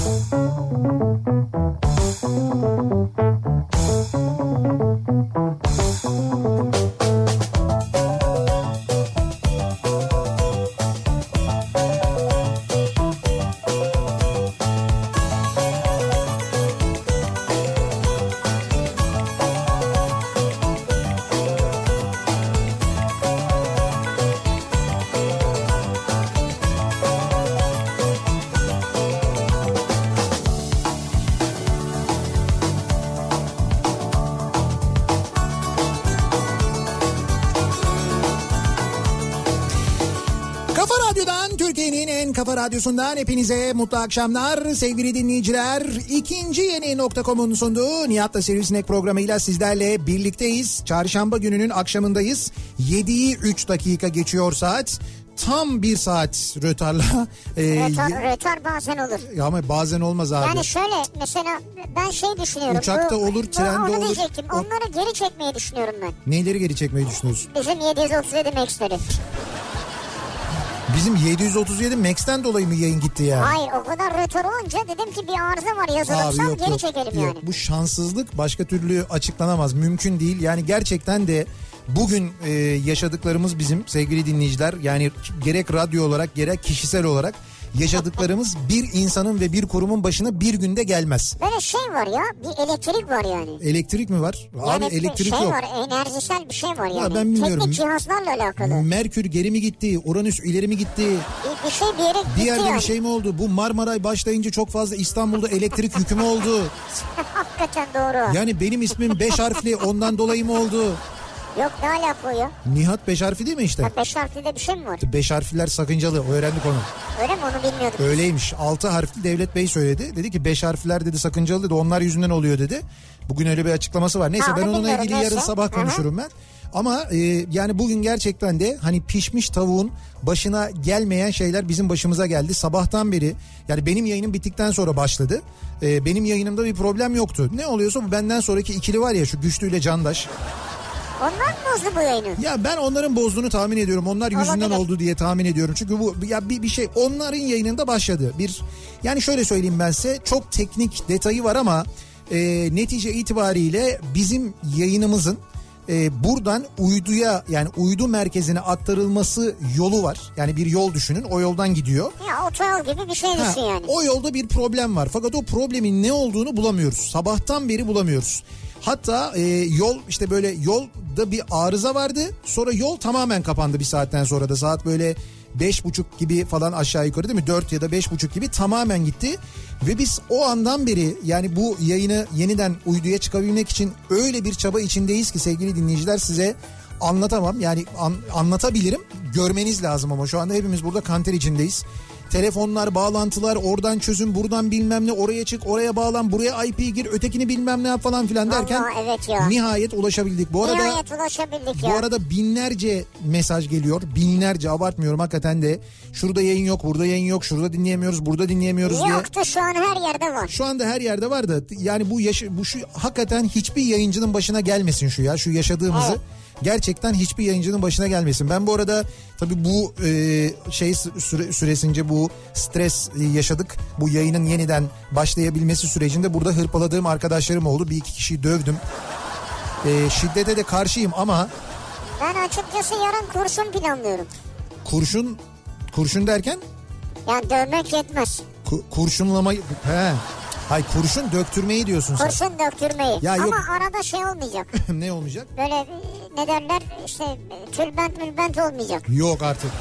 Kafa Radyosu'ndan hepinize mutlu akşamlar sevgili dinleyiciler. İkinci yeni nokta.com'un sunduğu Nihat'la Sivrisinek programıyla sizlerle birlikteyiz. Çarşamba gününün akşamındayız. 7'yi 3 dakika geçiyor saat. Tam bir saat rötarla. Rötar bazen olur. Ya ama bazen olmaz abi. Yani şöyle mesela ben şey düşünüyorum. Uçakta olur, trende olur. Onu diyecektim. Onları geri çekmeyi düşünüyorum ben. Neyleri geri çekmeyi düşünüyorsun? Bizim 737 Max'leri. Bizim 737 Max'ten dolayı mı yayın gitti ya? Hayır, o kadar rötar olunca dedim ki bir arıza var yazılırsam geri çekelim yani. Bu şanssızlık başka türlü açıklanamaz. Mümkün değil. Yani gerçekten de bugün yaşadıklarımız bizim sevgili dinleyiciler. Yani gerek radyo olarak gerek kişisel olarak yaşadıklarımız bir insanın ve bir kurumun başına bir günde gelmez. Böyle şey var ya, bir elektrik var yani. Elektrik mi var? Yani abi elektrik şey yok. var, enerjisel bir şey var yani. Ya ben bilmiyorum. Teknik cihazlarla alakalı. Merkür geri mi gitti? Uranüs ileri mi gitti? Bir şey bir yere gitti bir yerde yani. Bir şey mi oldu? Bu Marmaray başlayınca çok fazla İstanbul'da elektrik yükü mü oldu? Hakikaten doğru. Yani benim ismim 5 harfli, ondan dolayı mı oldu? Yok, ne alaka ya? Nihat 5 harfli değil mi işte? 5 harfli de bir şey mi var? 5 harfler sakıncalı, öğrendik onu. Öyle mi, onu bilmiyordum. Öyleymiş. 6 harfli Devlet Bey söyledi. Dedi ki 5 harfler dedi sakıncalı dedi, onlar yüzünden oluyor dedi. Bugün öyle bir açıklaması var. Neyse ben onunla ilgili yarın sabah konuşurum ben. Ama yani bugün gerçekten de hani pişmiş tavuğun başına gelmeyen şeyler bizim başımıza geldi. Sabahtan beri yani benim yayınım bittikten sonra başladı. Benim yayınımda bir problem yoktu. Ne oluyorsa bu benden sonraki ikili var ya, şu Güçlü ile Candaş. Onlar mı bozdu bu yayını? Ya ben onların bozduğunu tahmin ediyorum. Onlar yüzünden oldu diye tahmin ediyorum. Çünkü bu ya bir şey onların yayınında başladı. Yani şöyle söyleyeyim ben size, çok teknik detayı var ama netice itibariyle bizim yayınımızın buradan uyduya, yani uydu merkezine aktarılması yolu var. Yani bir yol düşünün, o yoldan gidiyor. Ya otoyol gibi bir şey düşün yani. O yolda bir problem var fakat o problemin ne olduğunu bulamıyoruz. Sabahtan beri bulamıyoruz. Hatta yol işte böyle yolda bir arıza vardı, sonra yol tamamen kapandı bir saatten sonra da, saat böyle 5.30 gibi falan aşağı yukarı değil mi, 4 ya da 5.30 gibi tamamen gitti. Ve biz o andan beri yani bu yayını yeniden uyduya çıkabilmek için öyle bir çaba içindeyiz ki sevgili dinleyiciler, size anlatamam. Yani anlatabilirim, görmeniz lazım ama şu anda hepimiz burada kanter içindeyiz. Telefonlar, bağlantılar, oradan çözüm, buradan bilmem ne, oraya çık, oraya bağlan, buraya IP gir, ötekini bilmem ne falan filan derken evet ya. Nihayet ulaşabildik. Bu arada binlerce mesaj geliyor. Binlerce, abartmıyorum hakikaten de. Şurada yayın yok, burada yayın yok, şurada dinleyemiyoruz, burada dinleyemiyoruz diye. Yoktu, şu an her yerde var. Şu anda her yerde var da yani bu şu hakikaten hiçbir yayıncının başına gelmesin şu ya, şu yaşadığımızı. Evet. Gerçekten hiçbir yayıncının başına gelmesin. Ben bu arada tabii bu süresince bu stres yaşadık. Bu yayının yeniden başlayabilmesi sürecinde burada hırpaladığım arkadaşlarım oldu. Bir iki kişiyi dövdüm. Şiddete de karşıyım ama... Ben açıkçası yarın kurşun planlıyorum. Kurşun derken? Yani dövmek yetmez. Kurşunlama... He. Hayır, kurşun döktürmeyi diyorsun sen. Kurşun döktürmeyi. Ya ama yok. Arada şey olmayacak. Ne olmayacak? Böyle ne derler işte, tülbent olmayacak. Yok artık.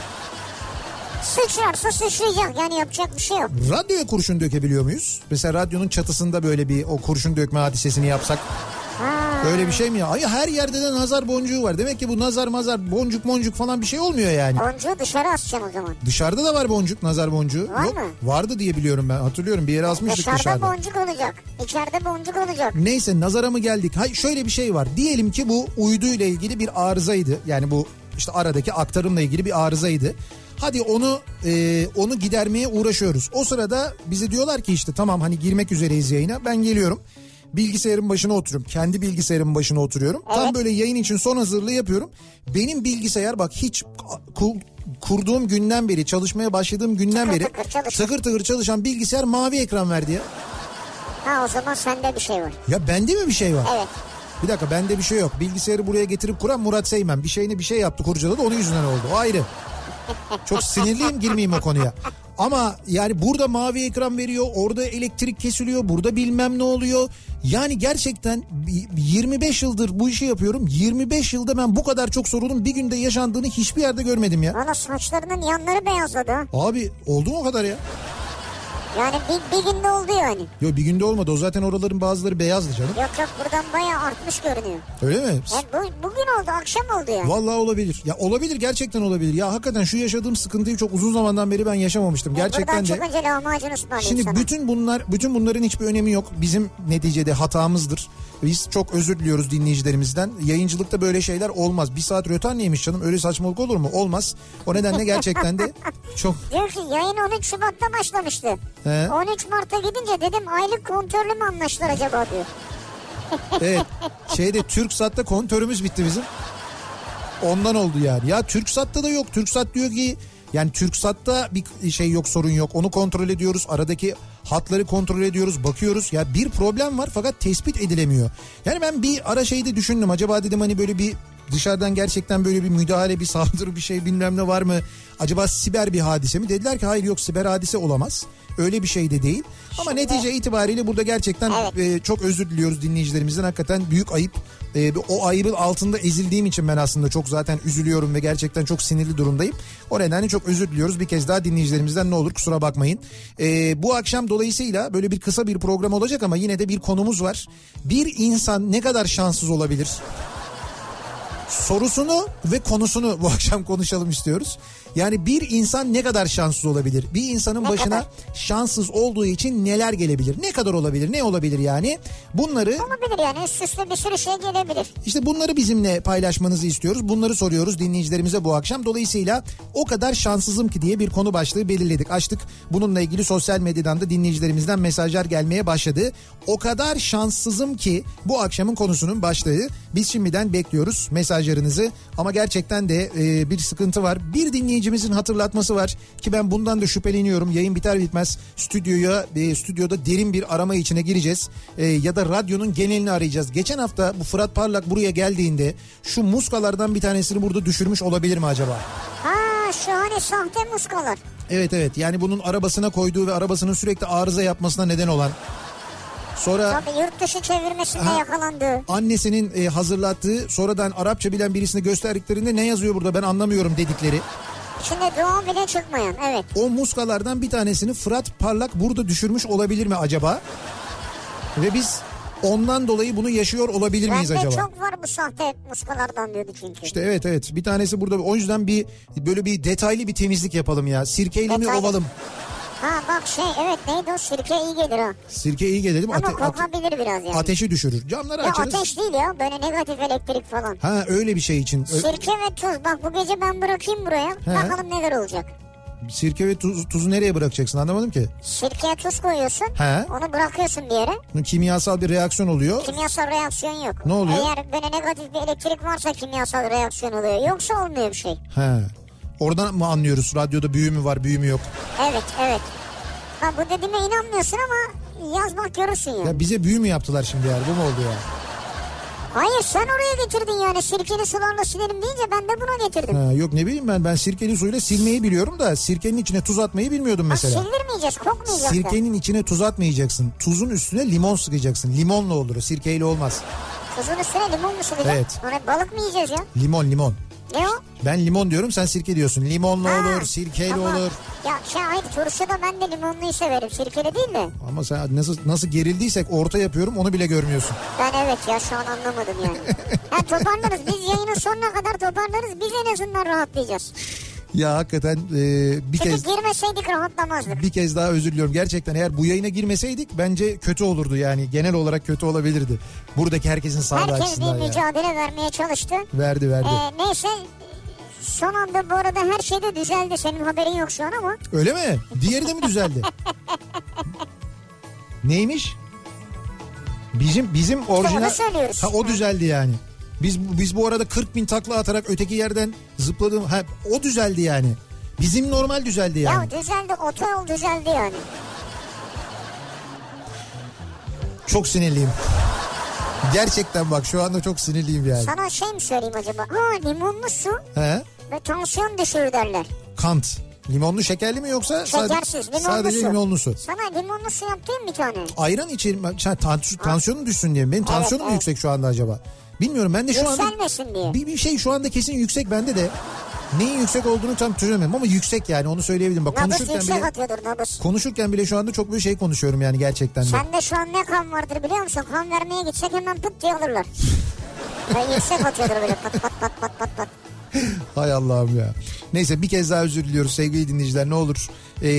Sıçrarsa sıçrayacak, yani yapacak bir şey yok. Radyoya kurşun dökebiliyor muyuz? Mesela radyonun çatısında böyle bir o kurşun dökme hadisesini yapsak. Öyle bir şey mi ya? Ay, her yerde de nazar boncuğu var. Demek ki bu nazar boncuk falan bir şey olmuyor yani. Boncuğu dışarı asacaksın o zaman. Dışarıda da var boncuk, nazar boncuğu. Var mı? Vardı diye biliyorum ben. Hatırlıyorum, bir yere asmıştık dışarıda. Dışarıda boncuk olacak. İçeride boncuk olacak. Neyse, nazara mı geldik? Hayır, şöyle bir şey var. Diyelim ki bu uyduyla ilgili bir arızaydı. Yani bu işte aradaki aktarımla ilgili bir arızaydı. Hadi onu gidermeye uğraşıyoruz. O sırada bize diyorlar ki işte tamam, hani girmek üzereyiz yayına. Ben geliyorum. Bilgisayarın başına oturuyorum. Kendi bilgisayarımın başına oturuyorum. Evet. Tam böyle yayın için son hazırlığı yapıyorum. Benim bilgisayar bak hiç kurduğum günden beri, çalışmaya başladığım günden beri tıkır tıkır çalışan bilgisayar mavi ekran verdi ya. Ha, o zaman sende bir şey var. Ya bende mi bir şey var? Evet. Bir dakika, bende bir şey yok. Bilgisayarı buraya getirip kuran Murat Seymen. Bir şey yaptı, kurcaladı, onun yüzünden oldu. O ayrı. Çok sinirliyim, girmeyeyim o konuya. Ama yani burada mavi ekran veriyor, orada elektrik kesiliyor, burada bilmem ne oluyor. Yani gerçekten 25 yıldır bu işi yapıyorum. 25 yılda ben bu kadar çok sorunun bir günde yaşandığını hiçbir yerde görmedim ya. Valla saçlarının yanları beyazladı. Abi oldu mu o kadar ya? Yani bir günde oldu yani. Yok, bir günde olmadı. O zaten oraların bazıları beyazdı canım. Yok buradan bayağı artmış görünüyor. Öyle mi? Yani bugün oldu, akşam oldu yani. Vallahi olabilir. Ya olabilir, gerçekten olabilir. Ya hakikaten şu yaşadığım sıkıntıyı çok uzun zamandan beri ben yaşamamıştım. Gerçekten de. Buradan çıkınca lahmacun ısmarlayayım Şimdi sana. bütün bunların hiçbir önemi yok. Bizim neticede hatamızdır. Biz çok özür diliyoruz dinleyicilerimizden. Yayıncılıkta böyle şeyler olmaz. Bir saat rötar neymiş canım? Öyle saçmalık olur mu? Olmaz. O nedenle gerçekten de çok... Diyor ki yayın 13 Şubat'ta başlamıştı. He? 13 Mart'a gidince dedim aylık kontörlü mü anlaştılar acaba diyor. Evet. TürkSat'ta kontörümüz bitti bizim. Ondan oldu yani. Ya TürkSat'ta da yok. TürkSat diyor ki yani TürkSat'ta bir şey yok, sorun yok. Onu kontrol ediyoruz. Aradaki hatları kontrol ediyoruz. Bakıyoruz. Ya bir problem var fakat tespit edilemiyor. Yani ben bir ara şeyde düşündüm. Acaba dedim hani böyle bir dışarıdan gerçekten böyle bir müdahale, bir saldırı, bir şey bilmem ne var mı? Acaba siber bir hadise mi? Dediler ki hayır, yok, siber hadise olamaz. Öyle bir şey de değil. Ama netice itibariyle burada gerçekten çok özür diliyoruz dinleyicilerimizden. Hakikaten büyük ayıp. O ayıbın altında ezildiğim için ben aslında çok zaten üzülüyorum ve gerçekten çok sinirli durumdayım. O nedenle çok özür diliyoruz. Bir kez daha dinleyicilerimizden ne olur kusura bakmayın. Bu akşam dolayısıyla böyle bir kısa bir program olacak ama yine de bir konumuz var. Bir insan ne kadar şanssız olabilir? Sorusunu ve konusunu bu akşam konuşalım istiyoruz. Yani bir insan ne kadar şanssız olabilir? Bir insanın başına şanssız olduğu için neler gelebilir? Ne kadar olabilir? Ne olabilir yani? Bunları... Olabilir yani, üst üste bir sürü şey gelebilir. İşte bunları bizimle paylaşmanızı istiyoruz. Bunları soruyoruz dinleyicilerimize bu akşam. Dolayısıyla o kadar şanssızım ki diye bir konu başlığı belirledik. Açtık. Bununla ilgili sosyal medyadan da dinleyicilerimizden mesajlar gelmeye başladı. O kadar şanssızım ki bu akşamın konusunun başlığı. Biz şimdiden bekliyoruz mesajlarınızı. Ama gerçekten de bir sıkıntı var. Bir dinleyicimizin hatırlatması var ki ben bundan da şüpheleniyorum. Yayın biter bitmez stüdyoda derin bir arama içine gireceğiz. Ya da radyonun genelini arayacağız. Geçen hafta bu Fırat Parlak buraya geldiğinde şu muskalardan bir tanesini burada düşürmüş olabilir mi acaba? Ha, şu hani sahte muskalar. Evet, yani bunun arabasına koyduğu ve arabasının sürekli arıza yapmasına neden olan. Sonra tabii yurt dışı çevirmesinde yakalandı. Annesinin hazırlattığı, sonradan Arapça bilen birisine gösterdiklerinde ne yazıyor burada ben anlamıyorum dedikleri. İçinde dua bile çıkmayan, evet. O muskalardan bir tanesini Fırat Parlak burada düşürmüş olabilir mi acaba? Ve biz ondan dolayı bunu yaşıyor olabilir miyiz acaba? Bende çok var bu sahte muskalardan diyordu çünkü. İşte evet bir tanesi burada. O yüzden böyle bir detaylı bir temizlik yapalım ya. Sirkeyle mi ovalım? Ha bak evet neydi o, sirke iyi gelir ha. Sirke iyi gelir değil mi? Ama kokabilir biraz yani. Ateşi düşürür. Camları ya açarız. Ateş değil ya, böyle negatif elektrik falan. Ha öyle bir şey için. Sirke ve tuz, bak bu gece ben bırakayım buraya. Bakalım neler olacak. Sirke ve tuzu nereye bırakacaksın anlamadım ki. Sirkeye tuz koyuyorsun. Onu bırakıyorsun bir yere. Kimyasal bir reaksiyon oluyor. Kimyasal reaksiyon yok. Ne oluyor? Eğer böyle negatif bir elektrik varsa kimyasal reaksiyon oluyor. Yoksa olmuyor bir şey. Oradan mı anlıyoruz radyoda büyü mü var büyü mü yok? Evet. Ha, bu dediğime inanmıyorsun ama yaz bak görürsün ya. Ya bize büyü mü yaptılar şimdi yani, bu mu oldu ya? Hayır, sen oraya getirdin yani, sirkeli sularla silelim deyince ben de buna getirdim. Yok ne bileyim ben sirkeli suyla silmeyi biliyorum da sirkenin içine tuz atmayı bilmiyordum mesela. Sildirmeyeceğiz, kokmayacak. Sirkenin içine tuz atmayacaksın. Tuzun üstüne limon sıkacaksın. Limonla olur o, sirkeyle olmaz. Tuzun üstüne limon mu sıkacağız? Evet. Hani balık mı yiyeceğiz ya? Limon. Ne o? Ben limon diyorum, sen sirke diyorsun. Limonlu olur, sirkeyle olur. Ya hayır, turşuda ben de limonluyu severim, sirkeli değil de. Ama sen nasıl gerildiysek orta yapıyorum, onu bile görmüyorsun. Ben şu an anlamadım yani. Toparlarız, biz yayının sonuna kadar toparlarız, biz en azından rahatlayacağız. Ya hakikaten Çünkü girmeseydik rahatlamazdık. Bir kez daha özür diliyorum. Gerçekten eğer bu yayına girmeseydik bence kötü olurdu yani. Genel olarak kötü olabilirdi. Buradaki herkesin sağlığı açısından. Herkes bir mücadele vermeye çalıştı. Verdi. Neyse, son anda bu arada her şey de düzeldi. Senin haberin yok şu an ama. Öyle mi? Diğeri de mi düzeldi? Neymiş? Bizim orijinal. O düzeldi yani. Biz bu arada 40.000 takla atarak öteki yerden zıpladım. O düzeldi yani. Bizim normal düzeldi yani. Ya düzeldi, otoyol düzeldi yani. Çok sinirliyim. Gerçekten bak şu anda çok sinirliyim yani. Sana şey mi söyleyeyim acaba? Limonlu su He? ve tansiyon düşürür derler. Kant. Limonlu şekerli mi yoksa şekersiz, limonlu sadece su. Limonlu su? Sana limonlu su yaptım bir tane. Ayran içelim. Tansiyonun düşsün diye mi? Benim tansiyonum mu yüksek şu anda acaba? Bilmiyorum, ben de şu anda yükselmesin diye. Bir şey şu anda kesin yüksek bende de. Neyin yüksek olduğunu tam çözemedim ama yüksek yani, onu söyleyebilirim. Bak, nabız yüksek atıyordur, nabız. Konuşurken bile şu anda çok bir şey konuşuyorum yani gerçekten de. Sende şu an ne kan vardır biliyor musun? Kan vermeye gitsek hemen pıt diye alırlar. Ve yüksek atıyordur böyle pat pat pat pat pat pat. Hay Allah'ım ya. Neyse, bir kez daha özür diliyoruz sevgili dinleyiciler, ne olur.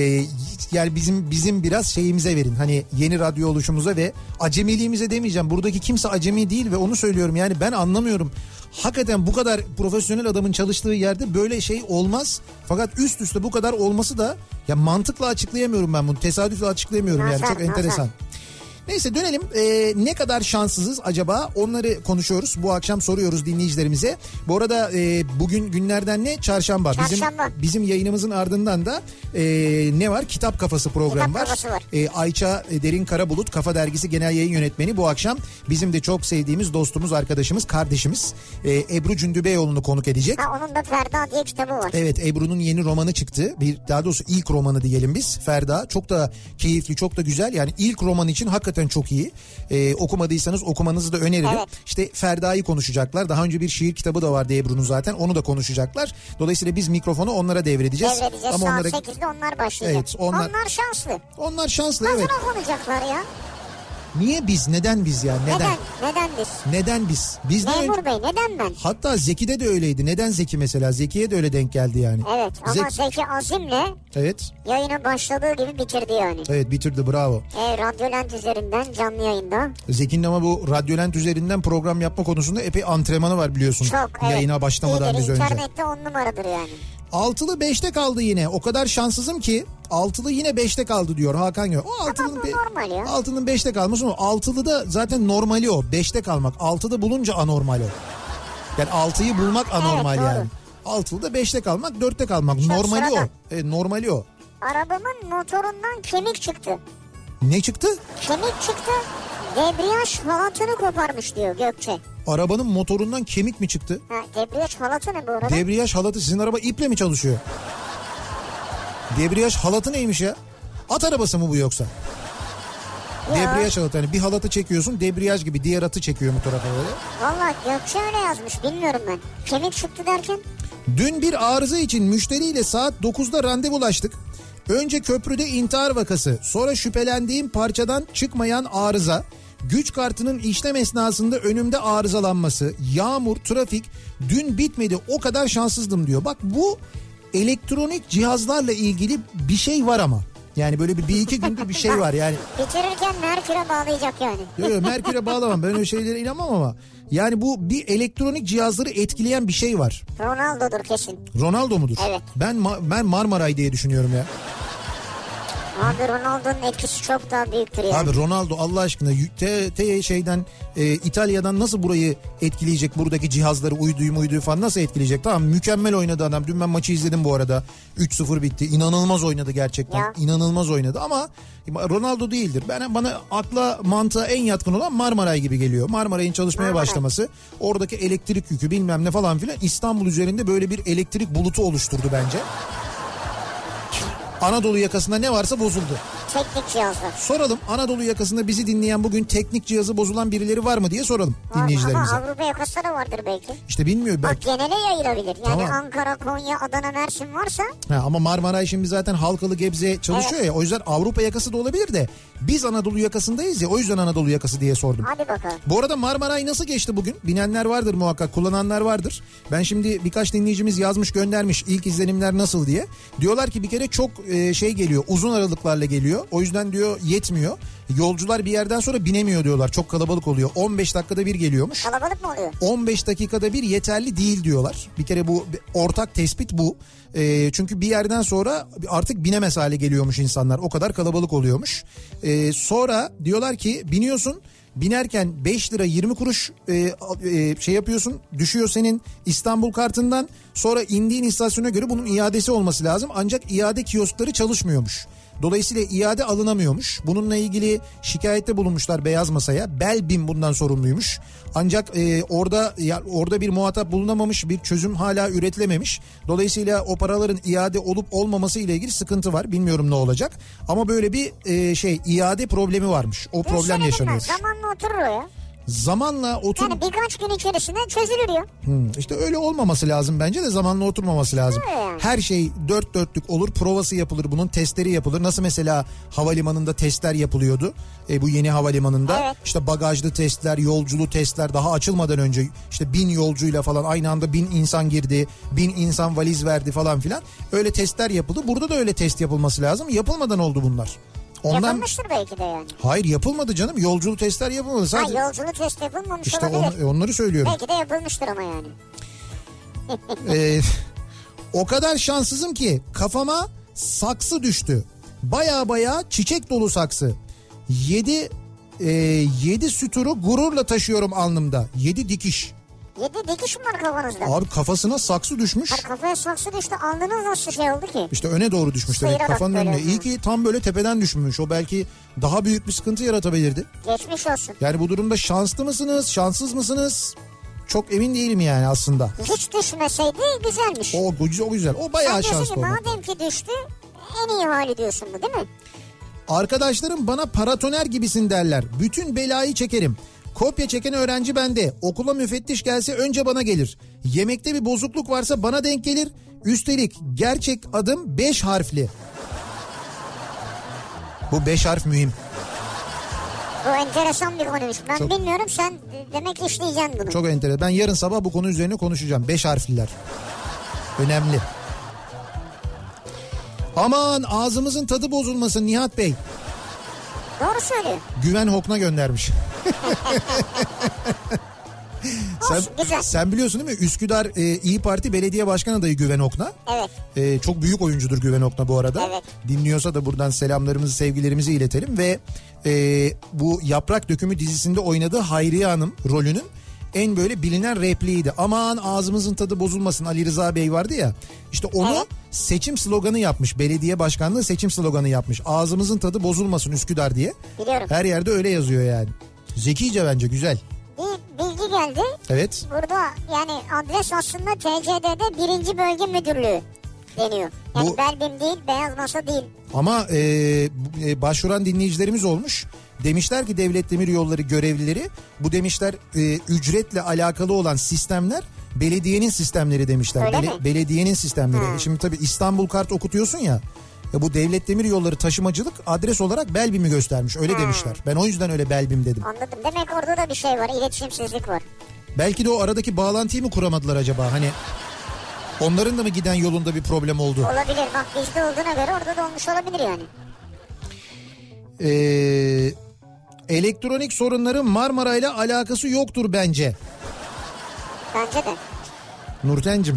Yani bizim biraz şeyimize verin. Hani yeni radyo oluşumuza ve acemiliğimize demeyeceğim. Buradaki kimse acemi değil ve onu söylüyorum. Yani ben anlamıyorum. Hakikaten bu kadar profesyonel adamın çalıştığı yerde böyle şey olmaz. Fakat üst üste bu kadar olması da ya mantıkla açıklayamıyorum ben bunu. Tesadüfle açıklayamıyorum yani, çok enteresan. Neyse, dönelim. Ne kadar şanssızız acaba, onları konuşuyoruz. Bu akşam soruyoruz dinleyicilerimize. Bu arada bugün günlerden ne? Çarşamba. Bizim yayınımızın ardından da ne var? Kitap Kafası programı var. Ayça Derin Karabulut, Kafa Dergisi Genel Yayın Yönetmeni, bu akşam bizim de çok sevdiğimiz dostumuz, arkadaşımız, kardeşimiz Ebru Cündübeyoğlu'nu konuk edecek. Onun da Ferda diye kitabı var. Evet, Ebru'nun yeni romanı çıktı. Daha doğrusu ilk romanı diyelim biz. Ferda. Çok da keyifli, çok da güzel. Yani ilk roman için hakikaten çok iyi. Okumadıysanız okumanızı da öneririm. Evet. İşte Ferda'yı konuşacaklar. Daha önce bir şiir kitabı da vardı Ebru'nun zaten. Onu da konuşacaklar. Dolayısıyla biz mikrofonu onlara devredeceğiz. Ama saat 8'de onlar başlayacak. Evet, onlar şanslı. Onlar şanslı, evet. Nasıl okunacaklar ya? Niye biz? Neden biz ya? Neden? Neden biz? Neden biz? Memur Bey, neden ben? Hatta Zeki'de de öyleydi. Neden Zeki mesela? Zeki'ye de öyle denk geldi yani. Evet, ama Zeki azimle yayına başladığı gibi bitirdi yani. Evet, bitirdi, bravo. Radyolent üzerinden canlı yayında. Zeki'nin ama bu Radyolent üzerinden program yapma konusunda epey antrenmanı var biliyorsun. Çok, evet. Yayına başlamadan biz önce. İnternette 10 numaradır yani. Altılı 5'te kaldı yine. O kadar şanssızım ki altılı yine 5'te kaldı diyor Hakan Gök. O altının 5'te kalması o. Altılı da zaten normali o. 5'te kalmak. Altıda bulunca anormal o. Yani 6'yı bulmak anormal yani. Altılı da 5'te kalmak, 4'te kalmak. Çok normali sıradan. O. Normali o. Arabamın motorundan kemik çıktı. Ne çıktı? Kemik çıktı. Debriyaj halatını koparmış diyor Gökçe. Arabanın motorundan kemik mi çıktı? Debriyaj halatı ne bu arada? Debriyaj halatı, sizin araba iple mi çalışıyor? Debriyaj halatı neymiş ya? At arabası mı bu yoksa? Ya. Debriyaj halatı, hani bir halatı çekiyorsun, debriyaj gibi diğer atı çekiyor bu tarafa böyle. Valla Gökçe öyle yazmış, bilmiyorum ben. Kemik çıktı derken? Dün bir arıza için müşteriyle saat 9'da randevulaştık. Önce köprüde intihar vakası, sonra şüphelendiğim parçadan çıkmayan arıza, güç kartının işlem esnasında önümde arızalanması, yağmur, trafik, dün bitmedi, o kadar şanssızdım diyor. Bak, bu elektronik cihazlarla ilgili bir şey var ama. Yani böyle bir iki gündür bir şey var yani. Bitirirken Merkür'e bağlayacak yani. Yok, Merkür'e bağlamam, ben öyle şeylere inanmam ama. Yani bu bir elektronik cihazları etkileyen bir şey var. Ronaldo'dur kesin. Ronaldo mudur? Evet. Ben Marmaray diye düşünüyorum ya. Abi Ronaldo'nun etkisi çok daha büyüktür yani. Abi Ronaldo Allah aşkına İtalya'dan nasıl burayı etkileyecek, buradaki cihazları uyduyu falan nasıl etkileyecek? Tamam, mükemmel oynadı adam. Dün ben maçı izledim bu arada. 3-0 bitti. İnanılmaz oynadı gerçekten. Ya. İnanılmaz oynadı ama Ronaldo değildir. Bana akla mantığa en yatkın olan Marmaray gibi geliyor. Marmaray'ın çalışmaya başlaması, oradaki elektrik yükü bilmem ne falan filan İstanbul üzerinde böyle bir elektrik bulutu oluşturdu bence. Anadolu yakasında ne varsa bozuldu. Teknik cihazlar. Soralım, Anadolu yakasında bizi dinleyen bugün teknik cihazı bozulan birileri var mı diye soralım dinleyicilerimize. Ama Avrupa yakasında da vardır belki. İşte bilmiyorum. Bak genele yayılabilir. Yani tamam. Ankara, Konya, Adana, Mersin varsa. Ama Marmaray şimdi zaten Halkalı, Gebze çalışıyor ya. O yüzden Avrupa yakası da olabilir de biz Anadolu yakasındayız ya, o yüzden Anadolu yakası diye sordum. Hadi bakalım. Bu arada Marmaray nasıl geçti bugün? Binenler vardır muhakkak, kullananlar vardır. Ben şimdi birkaç dinleyicimiz yazmış, göndermiş ilk izlenimler nasıl diye. Diyorlar ki bir kere çok geliyor, uzun aralıklarla geliyor. diyor. O yüzden diyor yetmiyor. Yolcular bir yerden sonra binemiyor diyorlar. Çok kalabalık oluyor. 15 dakikada bir geliyormuş. Kalabalık mı oluyor? 15 dakikada bir yeterli değil diyorlar. Bir kere bu ortak tespit bu. Çünkü bir yerden sonra artık binemez hale geliyormuş insanlar. O kadar kalabalık oluyormuş. Sonra diyorlar ki biniyorsun. Binerken 5 lira 20 kuruş şey yapıyorsun, düşüyor senin İstanbul kartından. Sonra indiğin istasyona göre bunun iadesi olması lazım. Ancak iade kioskları çalışmıyormuş. Dolayısıyla iade alınamıyormuş. Bununla ilgili şikayette bulunmuşlar Beyaz Masa'ya. Belbim bundan sorumluymuş. Ancak orada bir muhatap bulunamamış, bir çözüm hala üretilememiş. Dolayısıyla o paraların iade olup olmaması ile ilgili sıkıntı var. Bilmiyorum ne olacak. Ama böyle bir iade problemi varmış. O problem yaşanıyor. Zamanla oturur o ya. Zamanla otur. Yani birkaç gün içerisinde çözülür ya. İşte öyle olmaması lazım bence de, zamanla oturmaması lazım. Her şey dört dörtlük olur, provası yapılır, bunun testleri yapılır. Nasıl mesela havalimanında testler yapılıyordu. Bu yeni havalimanında evet. İşte bagajlı testler, yolculu testler, daha açılmadan önce işte 1000 yolcuyla falan aynı anda 1000 insan girdi, 1000 insan valiz verdi falan filan. Öyle testler yapıldı. Burada da öyle test yapılması lazım. Yapılmadan oldu bunlar. Yapılmıştır belki de yani. Hayır, yapılmadı canım. Yolculuk testler yapılmadı. Sadece... yolculuk test yapılmamış işte olabilir. Onları söylüyorum. Belki de yapılmıştır ama yani. O kadar şanssızım ki kafama saksı düştü. Baya çiçek dolu saksı. 7 süturu gururla taşıyorum alnımda. 7 dikiş. 7 dikiş mi var kafanızda? Abi kafasına saksı düşmüş. Hayır, kafaya saksı düştü, alnınız nasıl şey oldu ki? İşte öne doğru düşmüş demek, kafanın önüne. İyi ki tam böyle tepeden düşmüş. O belki daha büyük bir sıkıntı yaratabilirdi. Geçmiş olsun. Yani bu durumda şanslı mısınız, şanssız mısınız? Çok emin değilim yani aslında. Hiç düşmeseydi güzelmiş. O güzel. O bayağı şanslı oldu. Madem ki düştü, en iyi hali diyorsun bu, değil mi? Arkadaşlarım bana paratoner gibisin derler. Bütün belayı çekerim. Kopya çeken öğrenci bende. Okula müfettiş gelse önce bana gelir. Yemekte bir bozukluk varsa bana denk gelir. Üstelik gerçek adım 5 harfli. Bu 5 harf mühim. Bu enteresan bir konuymuş. Ben bilmiyorum, sen demek işleyeceksin bunu. Çok enteresan. Ben yarın sabah bu konu üzerine konuşacağım. 5 harfliler. Önemli. Aman ağzımızın tadı bozulmasın Nihat Bey. Doğru söylüyor. Güven Hokna göndermiş. Sen biliyorsun değil mi? Üsküdar İyi Parti Belediye Başkan adayı Güven Hokna. Evet. Çok büyük oyuncudur Güven Hokna bu arada. Evet. Dinliyorsa da buradan selamlarımızı, sevgilerimizi iletelim ve bu Yaprak Dökümü dizisinde oynadığı Hayriye Hanım rolünün en böyle bilinen repliğiydi. Aman ağzımızın tadı bozulmasın, Ali Rıza Bey vardı ya. İşte onu seçim sloganı yapmış. Belediye başkanlığı seçim sloganı yapmış. Ağzımızın tadı bozulmasın Üsküdar diye. Biliyorum. Her yerde öyle yazıyor yani. Zekice bence, güzel. Bir bilgi geldi. Evet. Burada yani adres aslında TCD'de 1. Bölge Müdürlüğü deniyor. Yani Belbim değil, Beyaz Masa değil. Ama başvuran dinleyicilerimiz olmuş. Demişler ki Devlet Demiryolları görevlileri, bu demişler ücretle alakalı olan sistemler belediyenin sistemleri demişler. Öyle mi? Belediyenin sistemleri. Şimdi tabii İstanbul kart okutuyorsun ya. Bu Devlet Demiryolları taşımacılık adres olarak Belbim'i göstermiş. Öyle demişler. Ben o yüzden öyle Belbim dedim. Anladım. Demek orada da bir şey var. İletişimsizlik var. Belki de o aradaki bağlantıyı mı kuramadılar acaba? Hani onların da mı giden yolunda bir problem oldu? Olabilir. Bak bizde olduğuna göre orada da olmuş olabilir yani. Elektronik sorunların Marmara ile alakası yoktur bence. Bence de. Nurten'cim.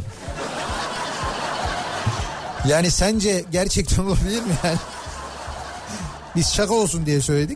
Yani sence gerçekten olabilir mi yani? Biz şaka olsun diye söyledik.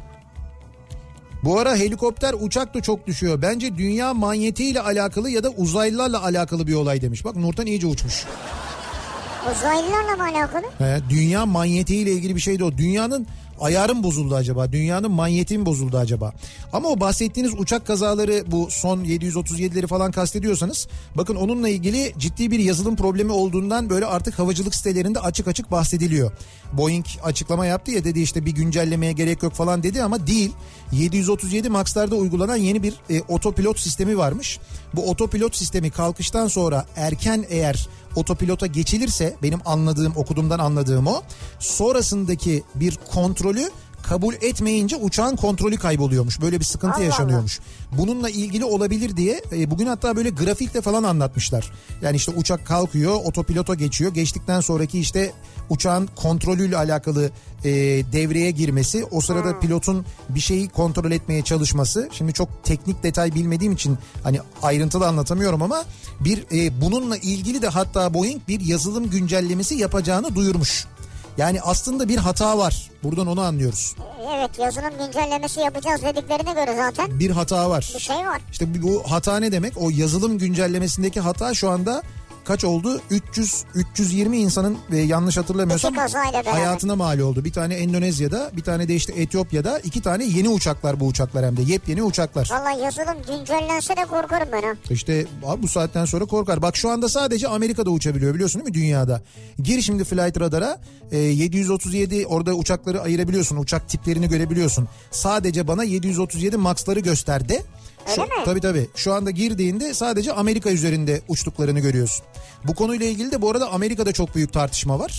Bu ara helikopter, uçak da çok düşüyor. Bence dünya manyetiyle alakalı ya da uzaylılarla alakalı bir olay demiş. Bak Nurten iyice uçmuş. Uzaylılarla mı alakalı? Dünya manyetiyle ilgili bir şeydi o. Dünyanın ayarı mı bozuldu acaba? Dünyanın manyeti mi bozuldu acaba? Ama o bahsettiğiniz uçak kazaları, bu son 737'leri falan kastediyorsanız, bakın onunla ilgili ciddi bir yazılım problemi olduğundan böyle artık havacılık sitelerinde açık açık bahsediliyor. Boeing açıklama yaptı ya, dedi işte bir güncellemeye gerek yok falan dedi ama değil. 737 Max'larda uygulanan yeni bir otopilot sistemi varmış. Bu otopilot sistemi kalkıştan sonra erken eğer otopilota geçilirse, benim okuduğumdan anladığım o, sonrasındaki bir kontrolü kabul etmeyince uçağın kontrolü kayboluyormuş. Böyle bir sıkıntı Allah yaşanıyormuş. Bununla ilgili olabilir diye bugün hatta böyle grafikle falan anlatmışlar. Yani işte uçak kalkıyor, otopilota geçiyor. Geçtikten sonraki işte uçağın kontrolüyle alakalı devreye girmesi, o sırada pilotun bir şeyi kontrol etmeye çalışması. Şimdi çok teknik detay bilmediğim için hani ayrıntılı anlatamıyorum ama bununla ilgili de hatta Boeing bir yazılım güncellemesi yapacağını duyurmuş. Yani aslında bir hata var. Buradan onu anlıyoruz. Evet, yazılım güncellemesi yapacağız dediklerine göre zaten. Bir hata var. Bir şey var. İşte bu hata ne demek? O yazılım güncellemesindeki hata şu anda kaç oldu? 320 insanın yanlış hatırlamıyorsam hayatına mal oldu. Bir tane Endonezya'da, bir tane de işte Etiyopya'da, 2 tane yeni uçaklar, bu uçaklar hem de yepyeni uçaklar. Vallahi yazılım güncellense de korkarım ben ha. İşte abi bu saatten sonra korkar. Bak şu anda sadece Amerika'da uçabiliyor, biliyorsun değil mi, dünyada? Gir şimdi Flight Radar'a, 737 orada uçakları ayırabiliyorsun, uçak tiplerini görebiliyorsun. Sadece bana 737 Max'ları göster de. Öyle mi? Tabii. Şu anda girdiğinde sadece Amerika üzerinde uçtuklarını görüyorsun. Bu konuyla ilgili de bu arada Amerika'da çok büyük tartışma var.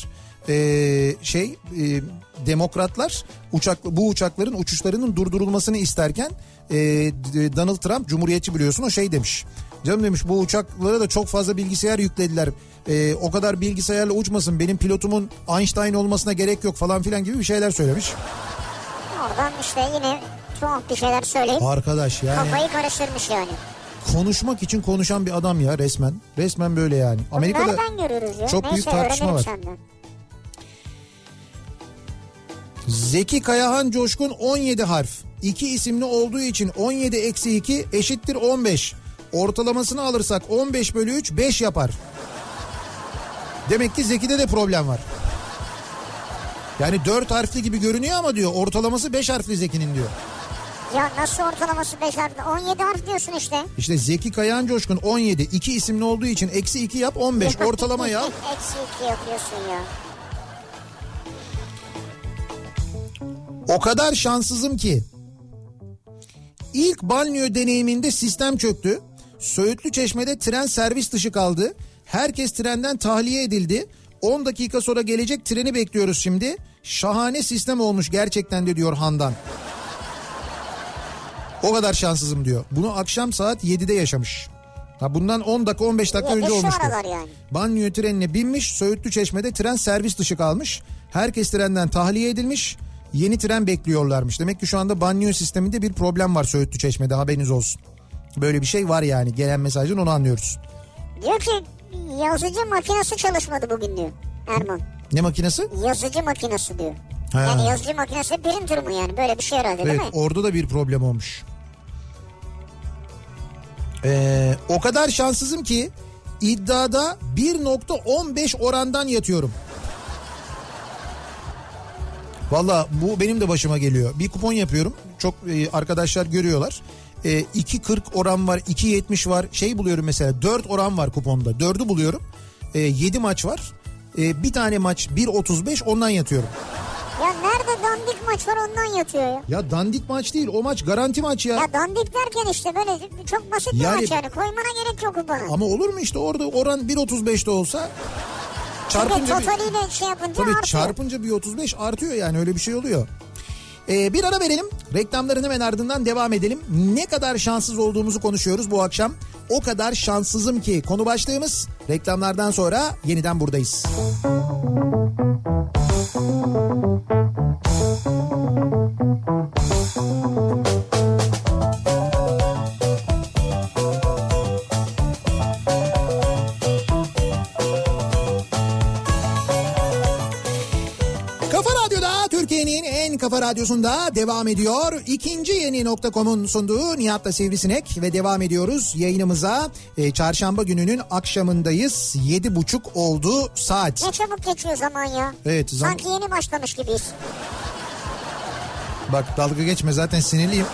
Demokratlar bu uçakların uçuşlarının durdurulmasını isterken Donald Trump, Cumhuriyetçi biliyorsun, o şey demiş. Canım demiş, bu uçaklara da çok fazla bilgisayar yüklediler. O kadar bilgisayarla uçmasın, benim pilotumun Einstein olmasına gerek yok falan filan gibi bir şeyler söylemiş. Oradan işte yine tuhaf bir şeyler söyleyip arkadaş yani kafayı karıştırmış yani. Konuşmak için konuşan bir adam ya resmen. Resmen böyle yani. Amerika'da nereden görüyoruz ya? Çok büyük tartışma var. Zeki Kayahan Coşkun 17 harf. 2 isimli olduğu için 17 eksi 2 eşittir 15. Ortalamasını alırsak 15 bölü 3 5 yapar. Demek ki Zeki'de de problem var. Yani 4 harfli gibi görünüyor ama diyor ortalaması 5 harfli Zeki'nin diyor. Ya nasıl ortalaması 5 harfli? 17 harf diyorsun işte. İşte Zeki Kayahan Coşkun 17. 2 isimli olduğu için eksi 2 yap 15. Ortalama ya. Eksi 2 yapıyorsun ya. O kadar şanssızım ki. İlk banyo deneyiminde sistem çöktü. Söğütlü Çeşme'de tren servis dışı kaldı. Herkes trenden tahliye edildi. 10 dakika sonra gelecek treni bekliyoruz şimdi. Şahane sistem olmuş gerçekten de diyor Handan. O kadar şanssızım diyor. Bunu akşam saat 7'de yaşamış. Bundan 10 dakika 15 dakika önce olmuştu. Yani. Banyo trenine binmiş, Söğütlü Çeşme'de tren servis dışı kalmış. Herkes trenden tahliye edilmiş. Yeni tren bekliyorlarmış. Demek ki şu anda banyo sisteminde bir problem var Söğütlü Çeşme'de, haberiniz olsun. Böyle bir şey var yani. Gelen mesajdan onu anlıyoruz. Diyor ki yazıcı makinesi çalışmadı bugün diyor Erman. Ne makinesi? Yazıcı makinesi diyor. Ha. Yani yazıcı makinesi printer mı yani? Böyle bir şey herhalde, evet, değil mi? Orada da bir problem olmuş. O kadar şanssızım ki iddiada 1.15 orandan yatıyorum. Valla bu benim de başıma geliyor. Bir kupon yapıyorum. Çok arkadaşlar görüyorlar. 2.40 oran var, 2.70 var. Şey buluyorum mesela, 4 oran var kuponda. 4'ü buluyorum. 7 maç var. Bir tane maç 1.35, ondan yatıyorum. Ya nerede dandik maç var ondan yatıyor ya. Ya dandik maç değil, o maç garanti maç ya. Ya dandik derken işte böyle çok basit bir maç yani. Koymana gerek yok kupona. Ama olur mu işte orada oran 1.35'te olsa... Çarpınca totaliyle şey yapınca tabii artıyor. Çarpınca bir 35 artıyor yani, öyle bir şey oluyor. Bir ara verelim. Reklamların hemen ardından devam edelim. Ne kadar şanssız olduğumuzu konuşuyoruz bu akşam. O kadar şanssızım ki konu başlığımız. Reklamlardan sonra yeniden buradayız. Kafa Radyosu'nda devam ediyor. İkinci Yeni.com'un sunduğu Nihat'la Sivrisinek ve devam ediyoruz yayınımıza. Çarşamba gününün akşamındayız. 7.30 oldu saat. Ne çabuk geçiyor zaman ya. Evet. Sanki yeni başlamış gibiyiz. Bak dalga geçme, zaten sinirliyim.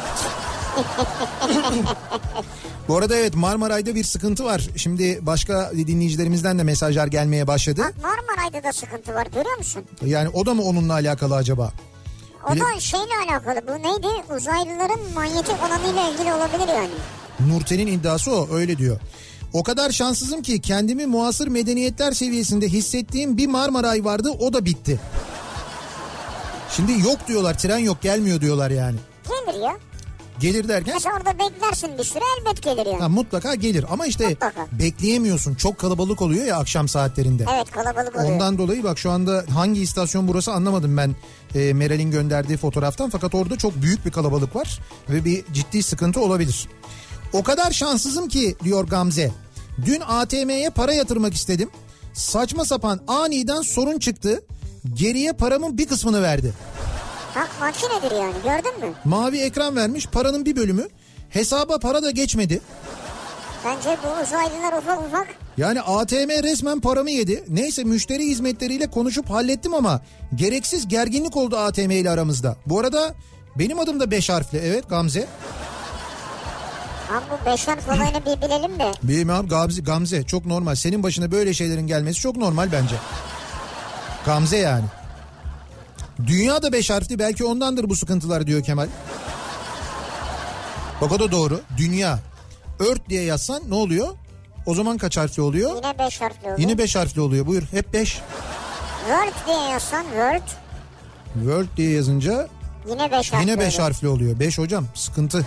Bu arada evet, Marmaray'da bir sıkıntı var. Şimdi başka dinleyicilerimizden de mesajlar gelmeye başladı. Bak Marmaray'da da sıkıntı var, görüyor musun? Yani o da mı onunla alakalı acaba? O da şeyle alakalı, bu neydi? Uzaylıların manyetik alanıyla ilgili olabilir yani. Nurten'in iddiası o, öyle diyor. O kadar şanssızım ki kendimi muasır medeniyetler seviyesinde hissettiğim bir Marmaray vardı, o da bitti. Şimdi yok diyorlar, tren yok, gelmiyor diyorlar yani. Gelir ya. Gelir derken? Mesela orada beklersin bir süre, elbet gelir yani. Ha, mutlaka gelir ama işte mutlaka bekleyemiyorsun. Çok kalabalık oluyor ya akşam saatlerinde. Evet, kalabalık oluyor. Ondan dolayı bak şu anda hangi istasyon burası anlamadım ben Meral'in gönderdiği fotoğraftan. Fakat orada çok büyük bir kalabalık var ve bir ciddi sıkıntı olabilir. O kadar şanssızım ki diyor Gamze. Dün ATM'ye para yatırmak istedim. Saçma sapan aniden sorun çıktı. Geriye paramın bir kısmını verdi. Bak makinedir yani, gördün mü? Mavi ekran vermiş, paranın bir bölümü. Hesaba para da geçmedi. Bence bu uzaylılar ufak ufak. Yani ATM resmen paramı yedi. Neyse müşteri hizmetleriyle konuşup hallettim ama gereksiz gerginlik oldu ATM ile aramızda. Bu arada benim adım da 5 harfli. Evet, Gamze. Abi bu 5 harf olayını bir bilelim de. Bilmiyorum abi, Gamze çok normal. Senin başına böyle şeylerin gelmesi çok normal bence. Gamze yani. Dünya da 5 harfli, belki ondandır bu sıkıntılar diyor Kemal. Bak o da doğru. Dünya. Earth diye yazsan ne oluyor? O zaman kaç harfli oluyor? Yine 5 harfli oluyor. Yine 5 harfli oluyor. Buyur. Hep 5. World diye yazsan World. World diye yazınca yine 5 harfli yine 5 oluyor. harfli oluyor. 5 hocam, sıkıntı.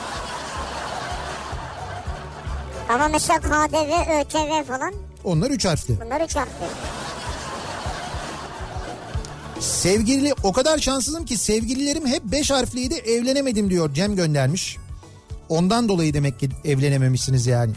Ama mesela KDV, ÖTV falan. Onlar 3 harfli. Bunlar 3 harfli. Sevgili, o kadar şanssızım ki sevgililerim hep 5 harfliydi, evlenemedim diyor Cem göndermiş. Ondan dolayı demek ki evlenememişsiniz yani.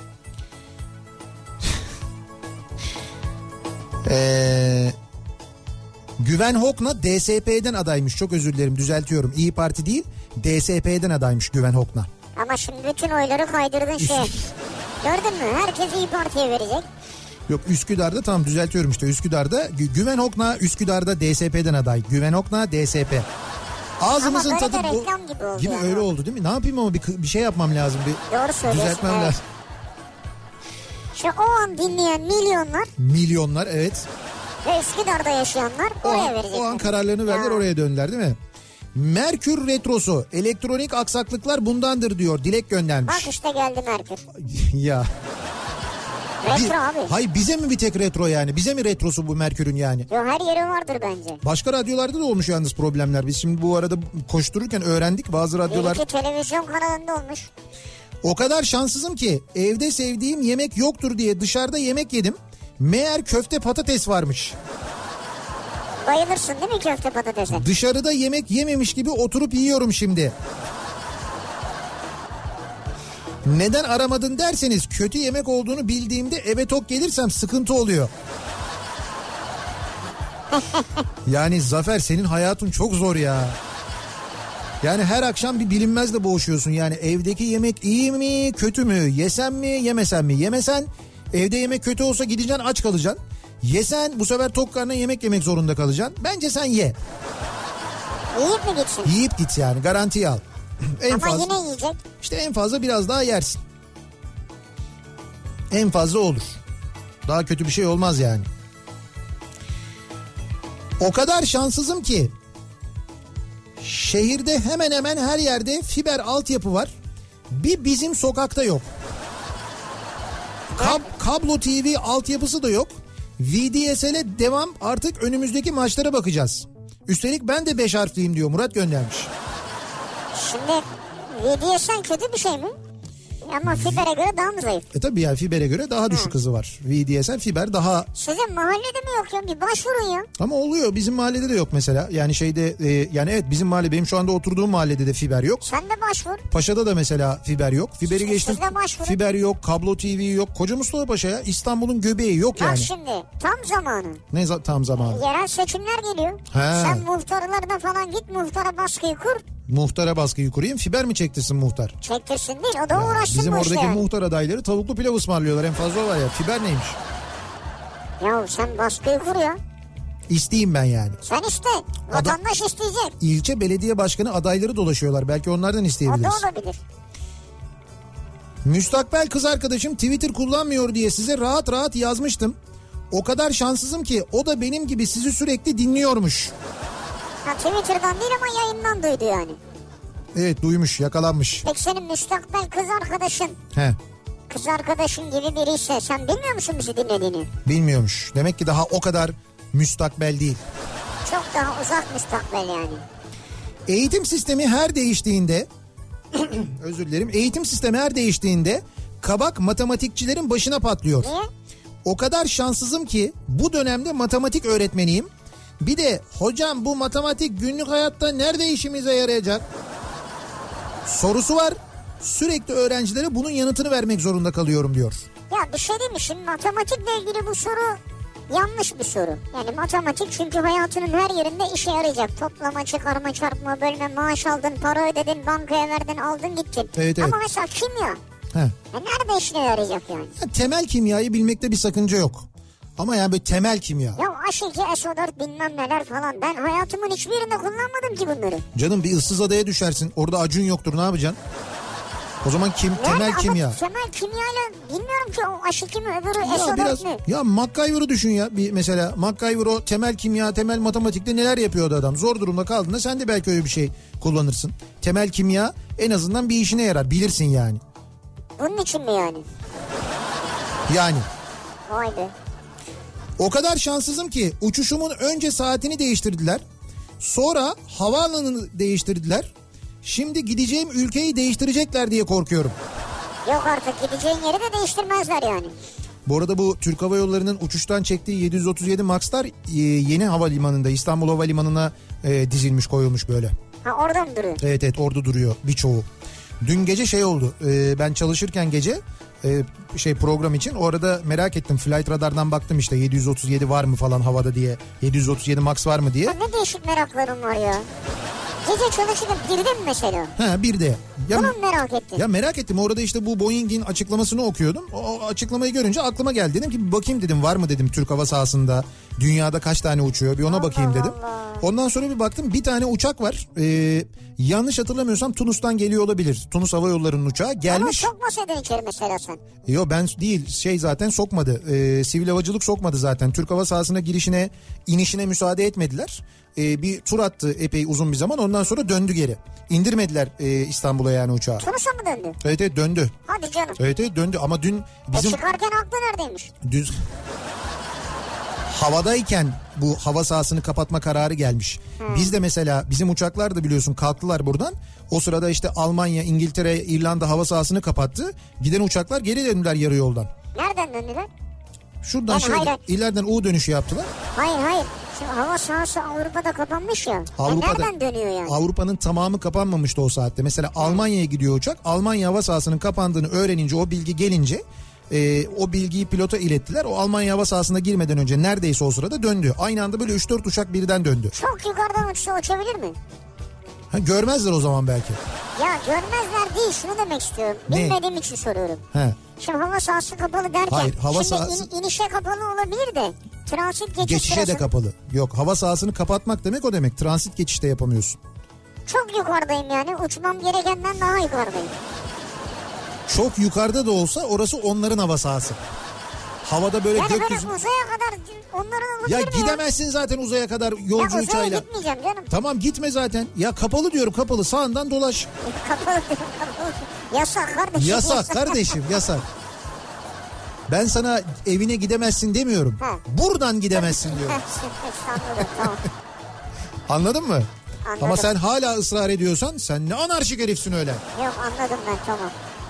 Güven Hokna DSP'den adaymış. Çok özür dilerim, düzeltiyorum. İyi Parti değil, DSP'den adaymış Güven Hokna. Ama şimdi bütün oyları kaydırdın şey. Gördün mü? Herkes İyi Parti'ye verecek. Yok, Üsküdar'da, tam düzeltiyorum işte, Üsküdar'da Güven Hokna Üsküdar'da DSP'den aday. Güven Hokna DSP. Ağzımızın ama tadı bu reklam gibi oldu. Gibi yani. Öyle oldu değil mi? Ne yapayım ama bir şey yapmam lazım. Doğru söylüyorsun. Düzeltmem lazım. İşte o an dinleyen milyonlar. Milyonlar, evet. Ve Üsküdar'da yaşayanlar oraya verecekler. O an kararlarını verdiler, oraya döndüler değil mi? Merkür Retrosu, elektronik aksaklıklar bundandır diyor. Dilek göndermiş. Bak işte geldi Merkür. Ya. Retro abi. Hayır, bize mi bir tek retro yani? Bize mi retrosu bu Merkür'ün yani? Yok, her yeri vardır bence. Başka radyolarda da olmuş yalnız problemler. Biz şimdi bu arada koştururken öğrendik, bazı radyolar... Bir televizyon kanalında olmuş. O kadar şanssızım ki evde sevdiğim yemek yoktur diye dışarıda yemek yedim. Meğer köfte patates varmış. Bayılırsın değil mi köfte patatese? Dışarıda yemek yememiş gibi oturup yiyorum şimdi. Neden aramadın derseniz, kötü yemek olduğunu bildiğimde eve tok gelirsem sıkıntı oluyor. Yani Zafer, senin hayatın çok zor ya. Yani her akşam bir bilinmezle boğuşuyorsun. Yani evdeki yemek iyi mi kötü mü? Yesem mi yemesem mi? Yemesen evde yemek kötü olsa gideceksin, aç kalacaksın. Yesen bu sefer tok karnına yemek yemek zorunda kalacaksın. Bence sen ye. Yiyip mi gitsin? Yiyip git yani, garantiye al. Ama fazla, yine yiyecek. İşte en fazla biraz daha yersin. En fazla olur. Daha kötü bir şey olmaz yani. O kadar şanssızım ki şehirde hemen hemen her yerde fiber altyapı var. Bir bizim sokakta yok. Kablo TV altyapısı da yok. VDSL'e devam, artık önümüzdeki maçlara bakacağız. Üstelik ben de 5 harfliyim diyor, Murat göndermiş. Şimdi VDSL kötü bir şey mi? Ama fibere göre daha mı zayıf? Tabii yani fibere göre daha düşük hızı var. VDSL fiber daha... Sizin mahallede mi yok ya? Bir başvurun ya. Ama oluyor, bizim mahallede de yok mesela. Yani şeyde yani evet, bizim mahalle, benim şu anda oturduğum mahallede de fiber yok. Sen de başvur. Paşa'da da mesela fiber yok. Fiberi geçtim. Fiber yok, kablo TV yok. Koca Mustafa Paşa ya, İstanbul'un göbeği yok yani. Bak şimdi tam zamanı. Ne tam zamanı? Yerel seçimler geliyor. He. Sen muhtarlarına falan git, muhtara baskıyı kur. Muhtara baskıyı kurayım, fiber mi çektirsin muhtar? Çektirsin değil, o da uğraşsın bizim bu oradaki işle. muhtar adayları tavuklu pilav ısmarlıyorlar, en fazla o var ya. Fiber neymiş? Ya sen baskıyı kur ya. İsteyeyim ben yani. Sen iste. Vatandaş isteyecek. İlçe belediye başkanı adayları dolaşıyorlar. Belki onlardan isteyebiliriz. O da olabilir. Müstakbel kız arkadaşım Twitter kullanmıyor diye size rahat rahat yazmıştım. O kadar şanssızım ki o da benim gibi sizi sürekli dinliyormuş. Ha, Twitter'dan değil ama yayından duydu yani. Evet, duymuş, yakalanmış. Peki senin müstakbel kız arkadaşın. He. Kız arkadaşın gibi biri ise sen bilmiyor musun bizi dinlediğini? Bilmiyormuş. Demek ki daha o kadar müstakbel değil. Çok daha uzak müstakbel yani. Eğitim sistemi her değiştiğinde özür dilerim. Eğitim sistemi her değiştiğinde kabak matematikçilerin başına patlıyor. Niye? O kadar şanssızım ki bu dönemde matematik öğretmeniyim. Bir de hocam bu matematik günlük hayatta nerede işimize yarayacak sorusu var. Sürekli öğrencilere bunun yanıtını vermek zorunda kalıyorum diyor. Ya bir şey değil mi? Şimdi matematikle ilgili bu soru yanlış bir soru. Yani matematik çünkü hayatının her yerinde işe yarayacak. Toplama, çıkarma, çarpma, bölme, maaş aldın, para ödedin, bankaya verdin, aldın gittin. Evet. Ama mesela kimya. Nerede işine yarayacak yani? Ya, temel kimyayı bilmekte bir sakınca yok. Ama yani böyle temel kimya. Ya H2, SO4 bilmem neler falan. Ben hayatımın hiçbirinde kullanmadım ki bunları. Canım bir ıssız adaya düşersin. Orada Acun yoktur, ne yapacaksın? O zaman temel kimya. Temel kimyayla bilmiyorum ki o H2 mi öbürü Ya SO4 biraz, mü? ya MacGyver'ı düşün ya. Bir mesela MacGyver o temel kimya, temel matematikte neler yapıyordu adam. Zor durumda kaldığında sen de belki öyle bir şey kullanırsın. Temel kimya en azından bir işine yarar. Bilirsin yani. Bunun için mi yani? Yani. Vay be. O kadar şanssızım ki uçuşumun önce saatini değiştirdiler. Sonra havaalanını değiştirdiler. Şimdi gideceğim ülkeyi değiştirecekler diye korkuyorum. Yok artık, gideceğin yeri de değiştirmezler yani. Bu arada bu Türk Hava Yolları'nın uçuştan çektiği 737 MAX'lar yeni havalimanında, İstanbul Havalimanı'na dizilmiş, koyulmuş böyle. Ha, orada mı duruyor? Evet orada duruyor birçoğu. Dün gece şey oldu, ben çalışırken gece program için orada merak ettim, Flight Radar'dan baktım işte 737 var mı falan havada diye, 737 MAX var mı diye. Ha, ne değişik meraklarım var ya. Gece çalışırken birde mi mesela? Ha, bir de. Ya, bunu merak ettim. Ya merak ettim, orada işte bu Boeing'in açıklamasını okuyordum. O açıklamayı görünce aklıma geldi. Dedim ki bir bakayım dedim, var mı dedim Türk hava sahasında, dünyada kaç tane uçuyor, bir ona bakayım dedim. Allah. Ondan sonra bir baktım, bir tane uçak var. Yanlış hatırlamıyorsam Tunus'tan geliyor olabilir. Tunus Hava Yolları'nın uçağı gelmiş. Ama sokmasaydın içeri mesela sen. Yo ben değil, zaten sokmadı. Sivil havacılık sokmadı zaten. Türk hava sahasına girişine, inişine müsaade etmediler. Bir tur attı epey uzun bir zaman, ondan sonra döndü geri. İndirmediler İstanbul'a yani uçağı. Tunus'a mı döndü? Evet döndü. Hadi canım. Evet döndü ama dün bizim... çıkarken aklı neredeymiş? Dün havadayken bu hava sahasını kapatma kararı gelmiş. Biz de mesela bizim uçaklar da biliyorsun kalktılar buradan. O sırada işte Almanya, İngiltere, İrlanda hava sahasını kapattı. Giden uçaklar geri döndüler yarı yoldan. Nereden döndüler? Şuradan ileriden U dönüşü yaptılar. Hayır. Şimdi hava sahası Avrupa'da kapanmış ya. Nereden dönüyor yani? Avrupa'nın tamamı kapanmamıştı o saatte. Mesela Almanya'ya gidiyor uçak. Almanya hava sahasının kapandığını öğrenince, o bilgi gelince o bilgiyi pilota ilettiler. O Almanya hava sahasına girmeden önce neredeyse o sırada döndü. Aynı anda böyle 3-4 uçak birden döndü. Çok yukarıdan uçsa uçabilir mi? Görmezler o zaman belki. Ya görmezler değil, şunu demek istiyorum. Bilmediğim için soruyorum. Şimdi hava sahası kapalı derken. Hayır, hava sahası... inişe kapalı olabilir de transit geçişe sırasında... de kapalı. Yok, hava sahasını kapatmak demek o demek. Transit geçişte yapamıyorsun. Çok yukarıdayım yani, uçmam gerekenden daha yukarıdayım. Çok yukarıda da olsa orası onların hava sahası. Havada böyle yani gökyüzü... böyle uzaya kadar onların olabilir ya mi? Gidemezsin zaten uzaya kadar yolcu uçağıyla. Ya uzaya gitmeyeceğim canım. Tamam gitme zaten. Ya kapalı diyorum, kapalı, sağından dolaş. Kapalı. Yasak kardeşim. Yasak kardeşim, yasak. Ben sana evine gidemezsin demiyorum. Buradan gidemezsin diyorum. Anladım, tamam. Anladın mı? Anladım. Ama sen hala ısrar ediyorsan sen ne anarşik herifsin öyle. Yok, anladım ben, tamam.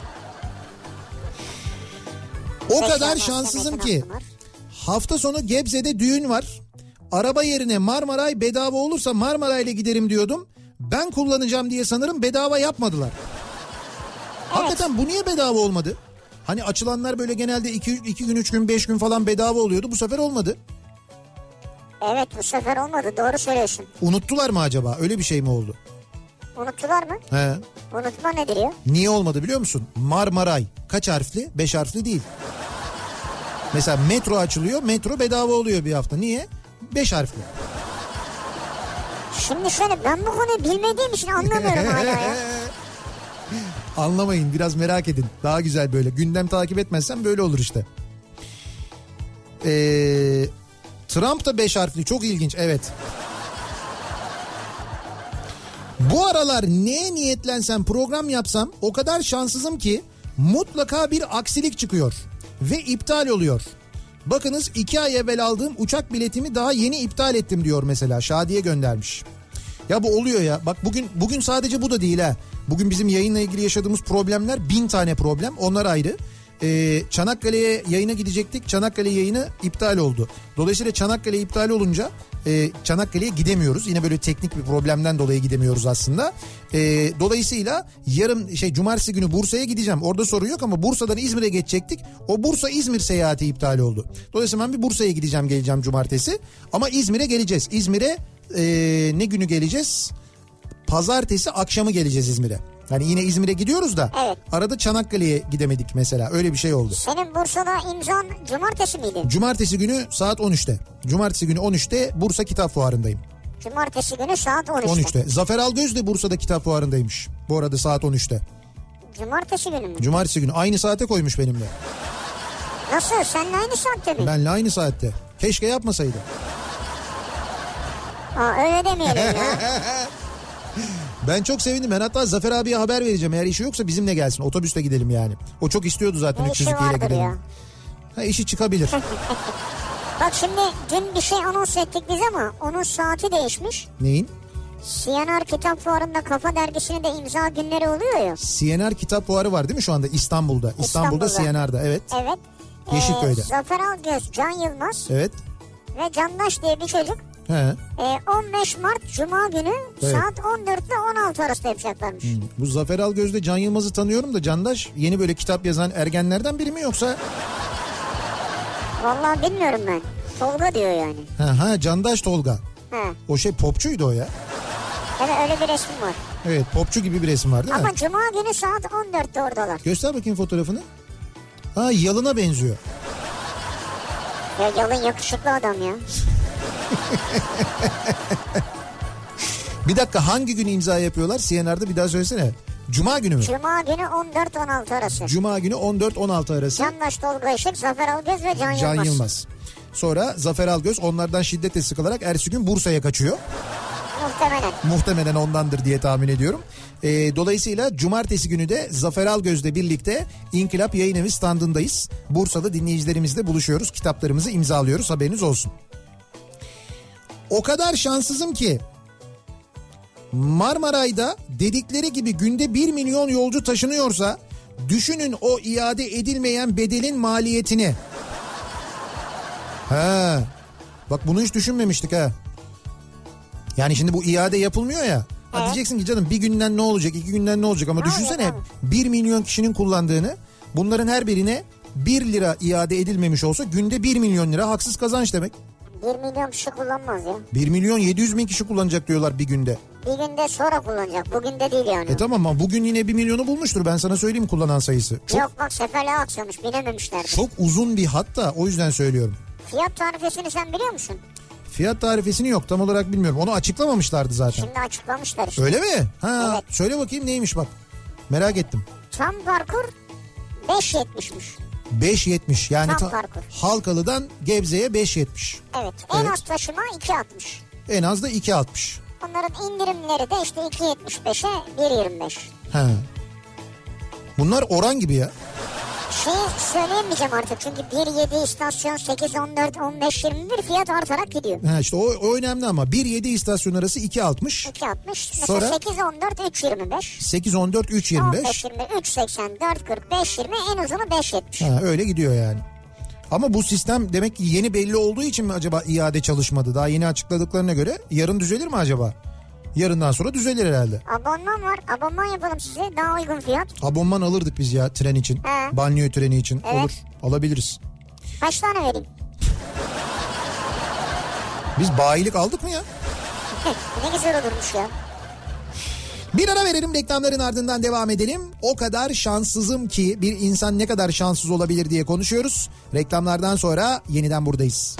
O kadar şanssızım ki hafta sonu Gebze'de düğün var. Araba yerine Marmaray bedava olursa Marmaray'la giderim diyordum. Ben kullanacağım diye sanırım bedava yapmadılar. Evet. Hakikaten bu niye bedava olmadı? Hani açılanlar böyle genelde 2 gün, 3 gün, 5 gün falan bedava oluyordu. Bu sefer olmadı. Evet, bu sefer olmadı, doğru söylüyorsun. Unuttular mı acaba? Öyle bir şey mi oldu? Unuttular mı? He. Unutma nedir ya? Niye olmadı biliyor musun? Marmaray kaç harfli? 5 harfli değil. Mesela metro açılıyor, metro bedava oluyor bir hafta. Niye? 5 harfli. Şimdi şöyle, ben bu konuyu bilmediğim için anlamıyorum hala ya. Anlamayın, biraz merak edin. Daha güzel böyle. Gündem takip etmezsen böyle olur işte. Trump da 5 harfli, çok ilginç, evet. Bu aralar neye niyetlensem, program yapsam o kadar şanssızım ki mutlaka bir aksilik çıkıyor ve iptal oluyor. Bakınız 2 ay evvel aldığım uçak biletimi daha yeni iptal ettim diyor mesela. Şadiye göndermiş. Ya bu oluyor ya. Bak bugün sadece bu da değil ha. Bugün bizim yayınla ilgili yaşadığımız problemler 1000 tane problem. Onlar ayrı. Çanakkale'ye yayına gidecektik. Çanakkale yayını iptal oldu. Dolayısıyla Çanakkale iptal olunca Çanakkale'ye gidemiyoruz. Yine böyle teknik bir problemden dolayı gidemiyoruz aslında. Dolayısıyla yarın cumartesi günü Bursa'ya gideceğim. Orada sorun yok ama Bursa'dan İzmir'e geçecektik. O Bursa-İzmir seyahati iptal oldu. Dolayısıyla ben bir Bursa'ya geleceğim cumartesi. Ama İzmir'e geleceğiz. İzmir'e ne günü geleceğiz? Pazartesi akşamı geleceğiz İzmir'e. Yani yine İzmir'e gidiyoruz da evet. Arada Çanakkale'ye gidemedik mesela. Öyle bir şey oldu. Senin Bursa'da imzan cumartesi miydi? Cumartesi günü saat 13'te. Cumartesi günü 13'te Bursa Kitap Fuarı'ndayım. Cumartesi günü saat 13'te. 13'te. Zafer Algöz de Bursa'da Kitap Fuarı'ndaymış. Bu arada saat 13'te. Cumartesi günü mü? Cumartesi günü. Aynı saate koymuş benimle. Nasıl? Seninle aynı saatte mi? Benle aynı saatte. Keşke yapmasaydı. Öyle demeyelim ya. Ben çok sevindim. Ben hatta Zafer abiye haber vereceğim. Eğer işi yoksa bizimle gelsin. Otobüsle gidelim yani. O çok istiyordu zaten. Ne işi vardır gidelim. Ya? İşi çıkabilir. Bak şimdi dün bir şey anons ettik biz ama onun saati değişmiş. Neyin? CNR Kitap Fuarı'nda Kafa Dergisi'nin de imza günleri oluyor ya. CNR Kitap Fuarı var değil mi şu anda İstanbul'da? İstanbul'da CNR'da evet. Evet. Yeşilköy'de. Zafer Algöz, Can Yılmaz. Evet. Ve Candaş diye bir çocuk. He. 15 Mart Cuma günü evet. Saat 14 ile 16 arasında yapacaklarmış. Bu Zafer Algöz'de Can Yılmaz'ı tanıyorum da Candaş yeni böyle kitap yazan ergenlerden biri mi yoksa? Vallahi bilmiyorum ben. Tolga diyor yani. Candaş Tolga. He. O popçuydu o ya. Evet öyle bir resim var. Evet popçu gibi bir resim var değil mi? Ama Cuma günü saat 14'te oradalar. Göster bakayım fotoğrafını. Yalın'a benziyor. Ya Yalın yakışıklı adam ya. Bir dakika hangi gün imza yapıyorlar CNR'da bir daha söylesene. Cuma günü mü? Cuma günü 14-16 arası. Cuma günü 14-16 arası. Candaş Tolga Işık, Zafer Algöz ve Can Yılmaz. Sonra Zafer Algöz onlardan şiddetle sıkılarak ertesi gün Bursa'ya kaçıyor. Muhtemelen ondandır diye tahmin ediyorum. Dolayısıyla cumartesi günü de Zafer Algöz'le birlikte İnkılap Yayınevi standındayız. Bursa'da dinleyicilerimizle buluşuyoruz. Kitaplarımızı imzalıyoruz, haberiniz olsun. O kadar şanssızım ki Marmaray'da dedikleri gibi günde 1 milyon yolcu taşınıyorsa düşünün o iade edilmeyen bedelin maliyetini. Bak bunu hiç düşünmemiştik ha. Yani şimdi bu iade yapılmıyor ya. Evet. Diyeceksin ki canım bir günden ne olacak, 2 günden ne olacak ama düşünsene 1 milyon kişinin kullandığını, bunların her birine 1 lira iade edilmemiş olsa günde 1 milyon lira haksız kazanç demek. 1 milyon kişi kullanmaz ya. 1 milyon 700 bin kişi kullanacak diyorlar bir günde. Bir günde sonra kullanacak. Bugün de değil yani. Tamam ama bugün yine 1 milyonu bulmuştur. Ben sana söyleyeyim kullanan sayısı. Yok bak seferliğe aksıyormuş. Binememişler. Çok uzun bir hatta o yüzden söylüyorum. Fiyat tarifesini sen biliyor musun? Fiyat tarifesini yok tam olarak bilmiyorum. Onu açıklamamışlardı zaten. Şimdi açıklamışlar işte. Öyle mi? Evet. Söyle bakayım neymiş bak. Merak ettim. Tam parkur 5.70'miş. 5.70 yani parkur. Halkalı'dan Gebze'ye 5.70. Evet. En az taşıma 2.60. En az da 2.60. Onların indirimleri de işte 2.75'e 1.25. Bunlar oran gibi ya. Söyleyemeyeceğim artık çünkü 1.7 istasyon 8.14 15.21 fiyat artarak gidiyor. İşte o önemli ama 1.7 istasyon arası 2.60. 2.60 sonra mesela 8.14 3.25. 8.14 3.25. 15.20 3.80 4.40 5.20 en uzunu 5.70. Öyle gidiyor yani. Ama bu sistem demek ki yeni belli olduğu için mi acaba iade çalışmadı? Daha yeni açıkladıklarına göre yarın düzelir mi acaba? Yarından sonra düzelir herhalde. Abonman var. Abonman yapalım size. Daha uygun fiyat. Abonman alırdık biz ya tren için. Banliyö treni için. Evet. Olur. Alabiliriz. Kaç tane vereyim? Biz bayilik aldık mı ya? Ne güzel olurmuş ya. Bir ara verelim, reklamların ardından devam edelim. O kadar şanssızım ki bir insan ne kadar şanssız olabilir diye konuşuyoruz. Reklamlardan sonra yeniden buradayız.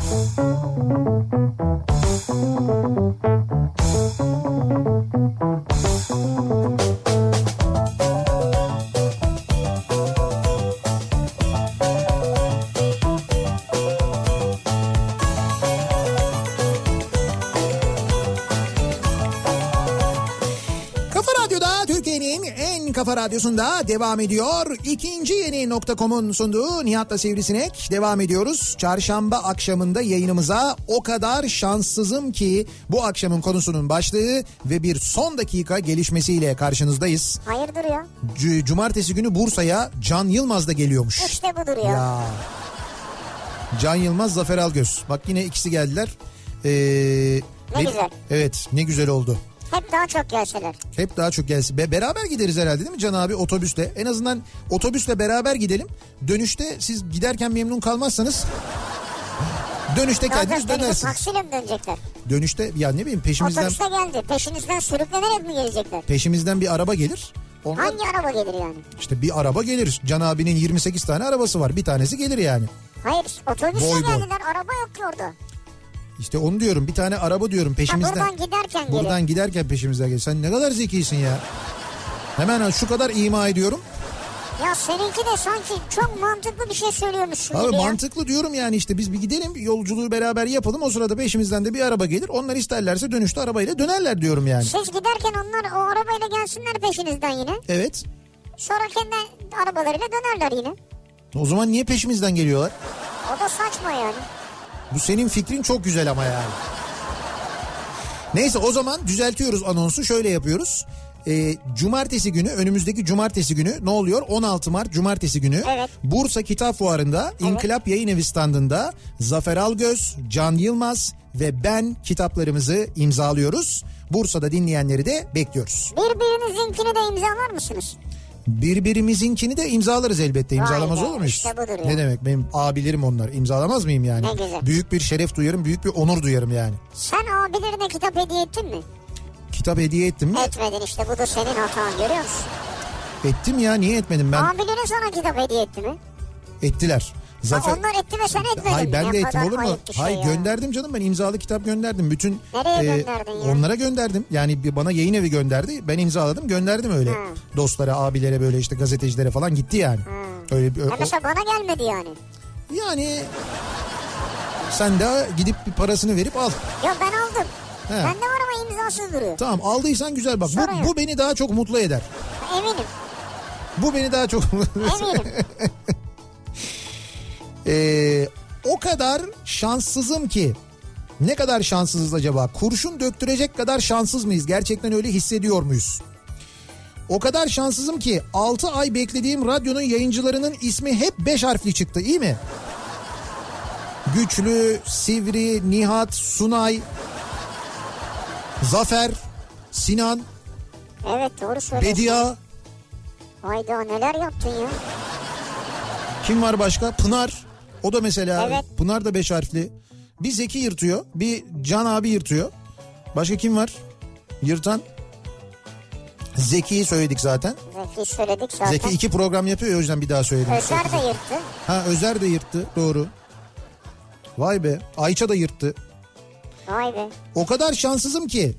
en kafa radyosunda devam ediyor. İkinci yeni nokta.com'un sunduğu Nihat'la Sivrisinek devam ediyoruz. Çarşamba akşamında yayınımıza o kadar şanssızım ki bu akşamın konusunun başlığı ve bir son dakika gelişmesiyle karşınızdayız. Hayırdır ya? Cumartesi günü Bursa'ya Can Yılmaz da geliyormuş. İşte budur ya. Ya. Can Yılmaz, Zafer Algöz. Bak yine ikisi geldiler. Ne güzel. Evet, ne güzel oldu. Hep daha çok gelseler. Hep daha çok gelsin. Beraber gideriz herhalde değil mi Can abi, otobüsle? En azından otobüsle beraber gidelim. Dönüşte siz giderken memnun kalmazsanız dönüşte kendiniz dönersiniz. Taksiyle mi dönecekler? Dönüşte ya ne bileyim peşimizden. Otobüste geldi. Peşinizden sürüklenerek mi gelecekler? Peşimizden bir araba gelir. Onlar, hangi araba gelir yani? İşte bir araba gelir. Can abinin 28 tane arabası var. Bir tanesi gelir yani. Hayır, otobüsle geldiler. Araba yok ki orada. İşte onu diyorum, bir tane araba diyorum peşimizden. Buradan giderken gelir. Buradan giderken peşimizden gelir. Sen ne kadar zekisin ya. Hemen şu kadar ima ediyorum. Ya seninki de sanki çok mantıklı bir şey söylüyormuşsun abi gibi ya. Mantıklı diyorum yani, işte biz bir gidelim, yolculuğu beraber yapalım. O sırada peşimizden de bir araba gelir. Onlar isterlerse dönüşte arabayla dönerler diyorum yani. Siz giderken onlar o arabayla gelsinler peşinizden yine. Evet. Sonra kendi arabalarıyla dönerler yine. O zaman niye peşimizden geliyorlar? O da saçma yani. Bu senin fikrin çok güzel ama yani. Neyse, o zaman düzeltiyoruz anonsu, şöyle yapıyoruz. Cumartesi günü, önümüzdeki cumartesi günü ne oluyor? 16 Mart Cumartesi günü. Evet. Bursa Kitap Fuarı'nda İnkılap Yayın Evi standında Zafer Algöz, Can Yılmaz ve ben kitaplarımızı imzalıyoruz. Bursa'da dinleyenleri de bekliyoruz. Birbirinizinkini de imzalar mısınız? Birbirimizinkini de imzalarız elbette. İmzalamaz olur muyuz? İşte budur ya. Ne demek, benim abilerim onlar. İmzalamaz mıyım yani? Ne güzel. Büyük bir şeref duyarım, büyük bir onur duyarım yani. Sen abilerine kitap hediye ettin mi? Kitap hediye ettim mi? Etmedin, işte bu da senin hatan, görüyor musun? Ettim ya, niye etmedim ben? Abilerin sana kitap hediye etti mi? Ettiler. Zafer... Ha, onlar etti ve sen etmedin. Hayır, ben de ettim, olur mu? Hayır, ya. Gönderdim canım, ben imzalı kitap gönderdim. Bütün nereye gönderdin ya? Onlara gönderdim. Yani bana yayın evi gönderdi. Ben imzaladım, gönderdim öyle. Dostlara, abilere, böyle işte gazetecilere falan gitti yani. Öyle mesela bana gelmedi yani. Yani sen de gidip bir parasını verip al. Ya ben aldım. He. Bende var ama imzasız duruyor. Tamam, aldıysan güzel, bak bu beni daha çok mutlu eder. Eminim. Bu beni daha çok eminim. O kadar şanssızım ki. Ne kadar şanssızız acaba? Kurşun döktürecek kadar şanssız mıyız? Gerçekten öyle hissediyor muyuz? O kadar şanssızım ki 6 ay beklediğim radyonun yayıncılarının ismi hep 5 harfli çıktı, iyi mi? Güçlü, Sivri, Nihat, Sunay, Zafer, Sinan. Evet, doğru söylüyorsun. Bedia. Hayda, neler yaptın ya? Kim var başka? Pınar. O da mesela. Evet. Pınar da 5 harfli. Bir Zeki yırtıyor. Bir Can abi yırtıyor. Başka kim var? Yırtan. Zeki'yi söyledik zaten. Zeki'yi söyledik zaten. Zeki 2 program yapıyor ya, o yüzden bir daha söyledim. Özer de yırttı. Ha, Özer de yırttı, doğru. Vay be, Ayça da yırttı. Vay be. O kadar şanssızım ki.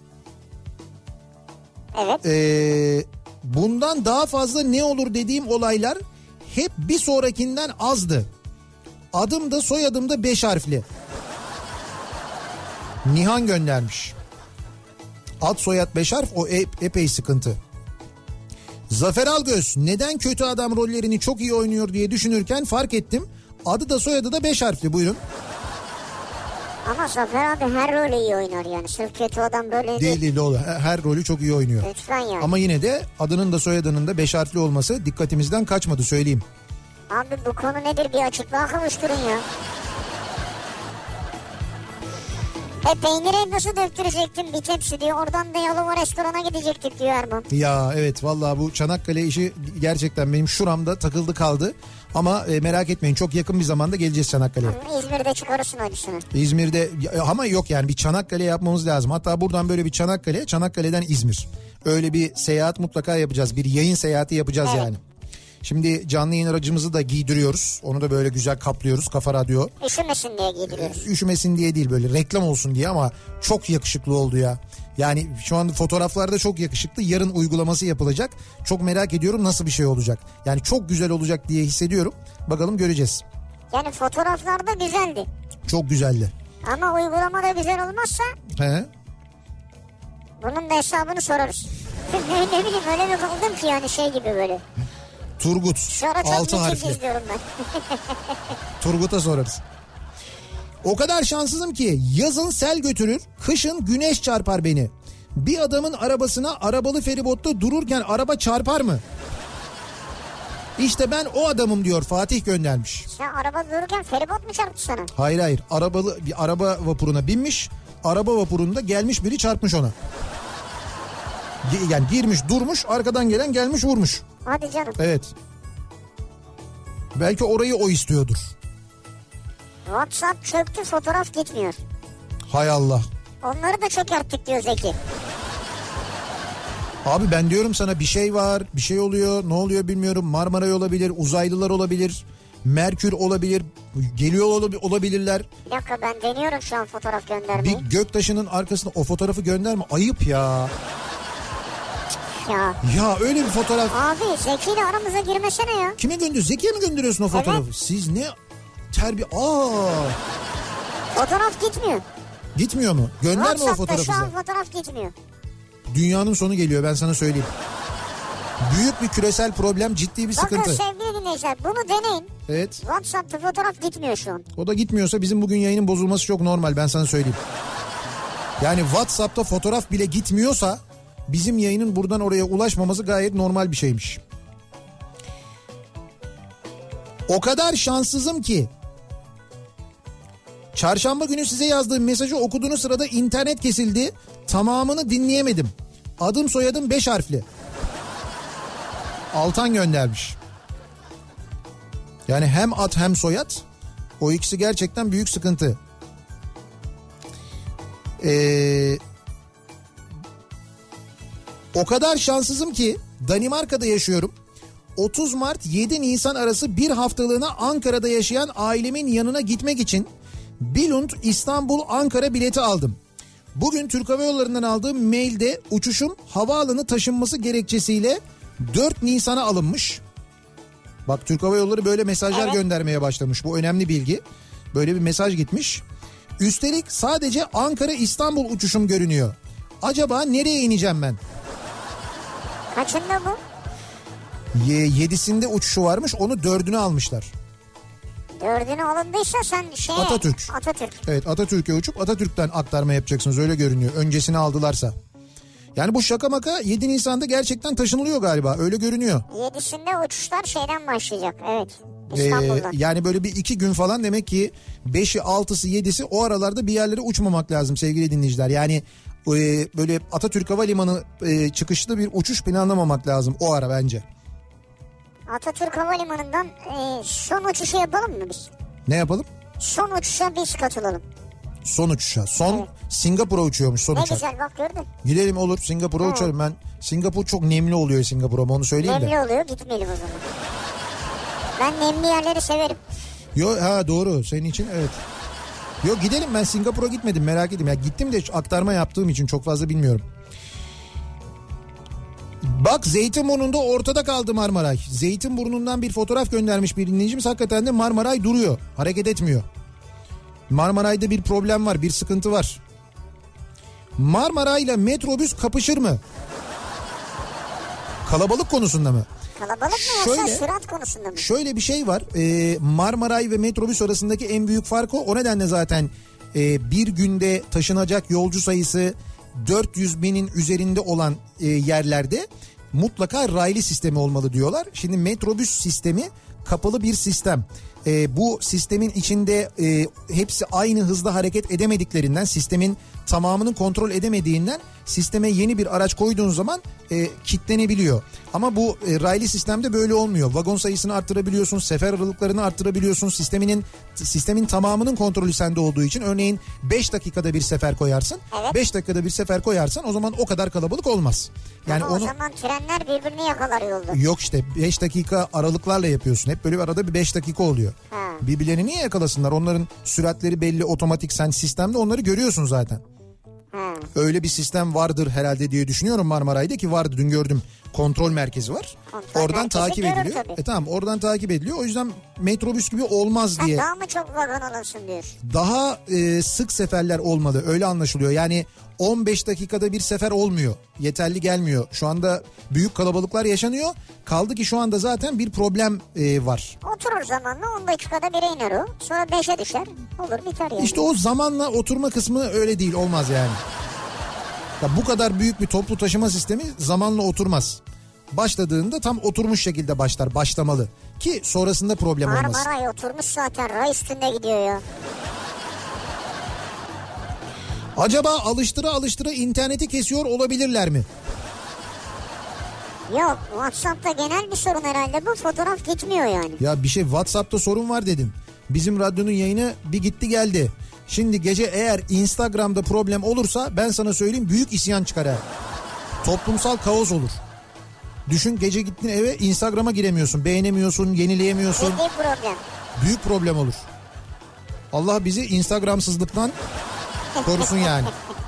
Evet. Bundan daha fazla ne olur dediğim olaylar hep bir sonrakinden azdı. Adım da soyadım da 5 harfli. Nihan göndermiş. Ad soyad 5 harf, o epey sıkıntı. Zafer Algöz, neden kötü adam rollerini çok iyi oynuyor diye düşünürken fark ettim. Adı da soyadı da 5 harfli, buyurun. Ama Zafer abi her rolü iyi oynar yani. Sırf kötü adam böyle değil. Değil oğlum. Her rolü çok iyi oynuyor. Lütfen yani. Ama yine de adının da soyadının da 5 harfli olması dikkatimizden kaçmadı, söyleyeyim. Abi bu konu nedir, bir açıklığa kavuşturun ya. Peyniri nasıl döktürecektim bir tepsi diyor. Oradan da Yalova restorana gidecektik diyor Erman. Ya evet, vallahi bu Çanakkale işi gerçekten benim şuramda takıldı kaldı. Ama merak etmeyin, çok yakın bir zamanda geleceğiz Çanakkale'ye. İzmir'de çıkarırsın acısını. İzmir'de ama yok yani, bir Çanakkale yapmamız lazım. Hatta buradan böyle bir Çanakkale'den İzmir. Öyle bir seyahat mutlaka yapacağız. Bir yayın seyahati yapacağız yani. Şimdi canlı yayın aracımızı da giydiriyoruz. Onu da böyle güzel kaplıyoruz, Kafa Radyo. Üşümesin diye giydiriyoruz. Üşümesin diye değil, böyle reklam olsun diye, ama çok yakışıklı oldu ya. Yani şu an fotoğraflarda çok yakışıklı. Yarın uygulaması yapılacak. Çok merak ediyorum nasıl bir şey olacak. Yani çok güzel olacak diye hissediyorum. Bakalım, göreceğiz. Yani fotoğraflarda güzeldi. Çok güzeldi. Ama uygulamada güzel olmazsa He? bunun da hesabını sorarız. Ne bileyim öyle mi kaldım ki yani şey gibi böyle. Turgut. 6 harfli. İzliyorum ben. Turgut'a sorarız. O kadar şanssızım ki yazın sel götürür, kışın güneş çarpar beni. Bir adamın arabasına arabalı feribotta dururken araba çarpar mı? İşte ben o adamım diyor, Fatih göndermiş. Sen araba dururken feribot mu çarptı sana? Hayır bir araba vapuruna binmiş, araba vapurunda gelmiş biri çarpmış ona. Yani girmiş durmuş, arkadan gelen gelmiş vurmuş. Hadi canım. Evet. Belki orayı o istiyordur. WhatsApp çöktü, fotoğraf gitmiyor. Hay Allah. Onları da çökerttik diyor Zeki. Abi ben diyorum sana bir şey var, bir şey oluyor, ne oluyor bilmiyorum. Marmaray olabilir, uzaylılar olabilir, Merkür olabilir, geliyor olabilirler. Bir dakika, ben deniyorum şu an fotoğraf göndermeyi. Bir göktaşının arkasına o fotoğrafı gönderme, ayıp ya. Ya öyle bir fotoğraf. Abi Zeki ile aramıza girmesene ya. Kime gönderiyorsun? Zeki'ye mi gönderiyorsun o fotoğrafı? Evet. Siz ne Fotoğraf gitmiyor. Gitmiyor mu? Gönderme o fotoğrafı. Şu an fotoğraf gitmiyor. Dünyanın sonu geliyor, ben sana söyleyeyim. Büyük bir küresel problem, ciddi bir sıkıntı. Bakın sevgili dinleyiciler, bunu deneyin. Evet. WhatsApp'ta fotoğraf gitmiyor şu an. O da gitmiyorsa bizim bugün yayının bozulması çok normal, ben sana söyleyeyim. Yani WhatsApp'ta fotoğraf bile gitmiyorsa bizim yayının buradan oraya ulaşmaması gayet normal bir şeymiş. O kadar şanssızım ki çarşamba günü size yazdığım mesajı okuduğunuz sırada internet kesildi. Tamamını dinleyemedim. Adım soyadım 5 harfli. Altan göndermiş. Yani hem ad hem soyad, o ikisi gerçekten büyük sıkıntı. O kadar şanssızım ki Danimarka'da yaşıyorum. 30 Mart 7 Nisan arası bir haftalığına Ankara'da yaşayan ailemin yanına gitmek için Billund İstanbul Ankara bileti aldım. Bugün Türk Hava Yolları'ndan aldığım mailde uçuşum havaalanı taşınması gerekçesiyle 4 Nisan'a alınmış. Bak, Türk Hava Yolları böyle mesajlar göndermeye başlamış. Bu önemli bilgi. Böyle bir mesaj gitmiş. Üstelik sadece Ankara İstanbul uçuşum görünüyor. Acaba nereye ineceğim ben? Kaçında bu? 7'sinde uçuşu varmış, onu 4'ünü almışlar. 4'ünü alındıysa sen Atatürk. Evet, Atatürk'e uçup Atatürk'ten aktarma yapacaksınız, öyle görünüyor. Öncesini aldılarsa. Yani bu şaka maka 7 Nisan'da gerçekten taşınılıyor galiba, öyle görünüyor. 7'sinde uçuşlar şeyden başlayacak, evet. İstanbul'dan. Yani böyle bir 2 gün falan, demek ki 5'i 6'sı 7'si o aralarda bir yerlere uçmamak lazım sevgili dinleyiciler. Yani böyle Atatürk Havalimanı çıkışlı bir uçuş planlamamak lazım o ara bence. Atatürk Havalimanı'ndan son uçuşu yapalım mı biz? Ne yapalım? Son uçuşa biz katılalım. Son uçuşa. Evet. Singapur'a uçuyormuş son uçak. Ne güzel, bak gördün. Gidelim, olur, Singapur'a uçalım. Ben Singapur çok nemli oluyor, Singapur'a, onu söyleyeyim nemli oluyor, gitmeyelim o zaman. Ben nemli yerleri severim. Doğru, senin için evet. Gidelim, ben Singapur'a gitmedim, merak ettim. Ya gittim de aktarma yaptığım için çok fazla bilmiyorum. Bak, Zeytinburnu'nda ortada kaldı Marmaray. Zeytinburnu'ndan bir fotoğraf göndermiş bir dinleyicimiz. Hakikaten de Marmaray duruyor, hareket etmiyor. Marmaray'da bir problem var, bir sıkıntı var. Marmaray'la metrobüs kapışır mı? Kalabalık konusunda mı? Kalabalık mı yoksa sürat konusunda mı? Şöyle bir şey var. Marmaray ve metrobüs arasındaki en büyük fark o. O nedenle zaten bir günde taşınacak yolcu sayısı 400 binin üzerinde olan yerlerde mutlaka raylı sistemi olmalı diyorlar. Şimdi metrobüs sistemi kapalı bir sistem. Bu sistemin içinde hepsi aynı hızda hareket edemediklerinden, sistemin tamamını kontrol edemediğinden sisteme yeni bir araç koyduğun zaman kilitlenebiliyor. Ama bu raylı sistemde böyle olmuyor. Vagon sayısını arttırabiliyorsun, sefer aralıklarını arttırabiliyorsun. Sistemin tamamının kontrolü sende olduğu için, örneğin 5 dakikada bir sefer koyarsın. Evet. 5 dakikada bir sefer koyarsan o zaman o kadar kalabalık olmaz. Yani ama o zaman trenler birbirini yakalar yolda. Yok işte, 5 dakika aralıklarla yapıyorsun. Hep böyle bir arada bir 5 dakika oluyor. Birbirlerini niye yakalasınlar? Onların süratleri belli, otomatik, sen sistemde onları görüyorsun zaten. Öyle bir sistem vardır herhalde diye düşünüyorum Marmaray'da, ki vardı, dün gördüm kontrol merkezi var. Kontrol oradan merkezi takip görür ediliyor. tabii. Tamam, oradan takip ediliyor. O yüzden metrobüs gibi olmaz Sen diye. daha mı çok vagon alınsın diyorsun? Daha sık seferler olmalı, öyle anlaşılıyor. Yani 15 dakikada bir sefer olmuyor. Yeterli gelmiyor. Şu anda büyük kalabalıklar yaşanıyor. Kaldı ki şu anda zaten bir problem var. Oturur zamanla 10 dakikada 1'e iner o. Sonra 5'e düşer. Olur biter yani. İşte o zamanla oturma kısmı öyle değil, olmaz yani. Ya bu kadar büyük bir toplu taşıma sistemi zamanla oturmaz. Başladığında tam oturmuş şekilde başlamalı. Ki sonrasında problem olmaz. Marmaray oturmuş zaten, ray üstünde gidiyor ya. Acaba alıştıra interneti kesiyor olabilirler mi? Yok, WhatsApp'ta genel bir sorun herhalde, bu fotoğraf gitmiyor yani. Ya bir şey, WhatsApp'ta sorun var dedin. Bizim radyonun yayını bir gitti geldi. Şimdi gece eğer Instagram'da problem olursa ben sana söyleyeyim, büyük isyan çıkar ha. Toplumsal kaos olur. Düşün, gece gittin eve, Instagram'a giremiyorsun, beğenemiyorsun, yenileyemiyorsun. Ciddi problem. Büyük problem olur. Allah bizi Instagramsızlıktan korusun yani.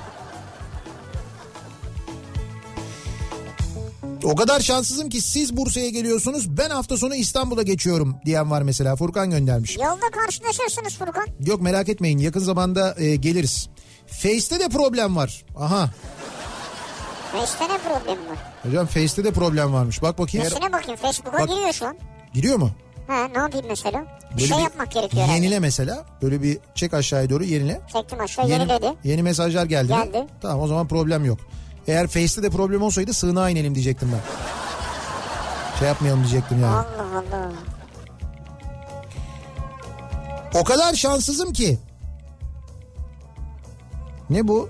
O kadar şanssızım ki siz Bursa'ya geliyorsunuz, ben hafta sonu İstanbul'a geçiyorum diyen var mesela. Furkan göndermiş. Yolda karşılaşırsınız Furkan. Yok, merak etmeyin, yakın zamanda geliriz. Face'te de problem var. Aha. Face'te ne problem var? Hocam Face'te de problem varmış. Bak bakayım. Nesine bakayım, Facebook'a Bak. giriyor şu an. Giriyor mu? Ha, ne yapayım mesela? Bir Böyle şey bir yapmak gerekiyor herhalde. yenile mesela. Böyle bir çek aşağıya doğru, yenile. Çektim aşağı, yeniledi. Yeni mesajlar geldi mi? Geldi. Tamam, o zaman problem yok. Eğer Face'te de problem olsaydı sığınağa inelim diyecektim ben. Şey yapmayalım diyecektim yani. Allah Allah. O kadar şanssızım ki. Ne bu?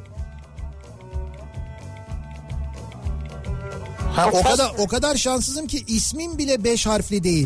Ha, o kadar şanssızım ki ismim bile 5 harfli değil.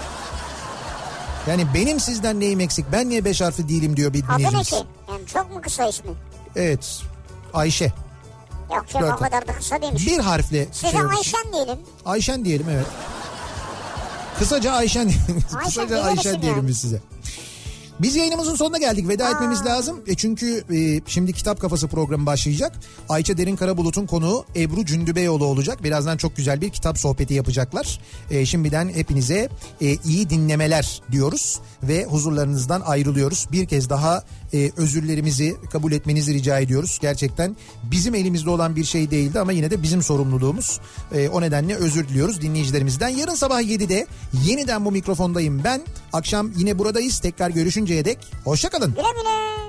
Yani benim sizden neyim eksik? Ben niye 5 harfli değilim diyor bir Adı ne dinleyicimiz. ki? Yani çok mu kısa ismi? Evet. Ayşe. Yok canım, o kadar da kısa değilmiş. Bir harfle. Size Ayşen diyelim. Ayşen diyelim, evet. Kısaca Ayşen diyelim yani. biz size. Biz yayınımızın sonuna geldik. Veda etmemiz lazım. Çünkü şimdi Kitap Kafası programı başlayacak. Ayça Derin Karabulut'un konuğu Ebru Cündübeyoğlu olacak. Birazdan çok güzel bir kitap sohbeti yapacaklar. Şimdiden hepinize iyi dinlemeler diyoruz. Ve huzurlarınızdan ayrılıyoruz. Bir kez daha özürlerimizi kabul etmenizi rica ediyoruz. Gerçekten bizim elimizde olan bir şey değildi ama yine de bizim sorumluluğumuz. O nedenle özür diliyoruz dinleyicilerimizden. Yarın sabah 7'de yeniden bu mikrofondayım ben. Akşam yine buradayız. Tekrar görüşünceye dek hoşça kalın. Güle güle.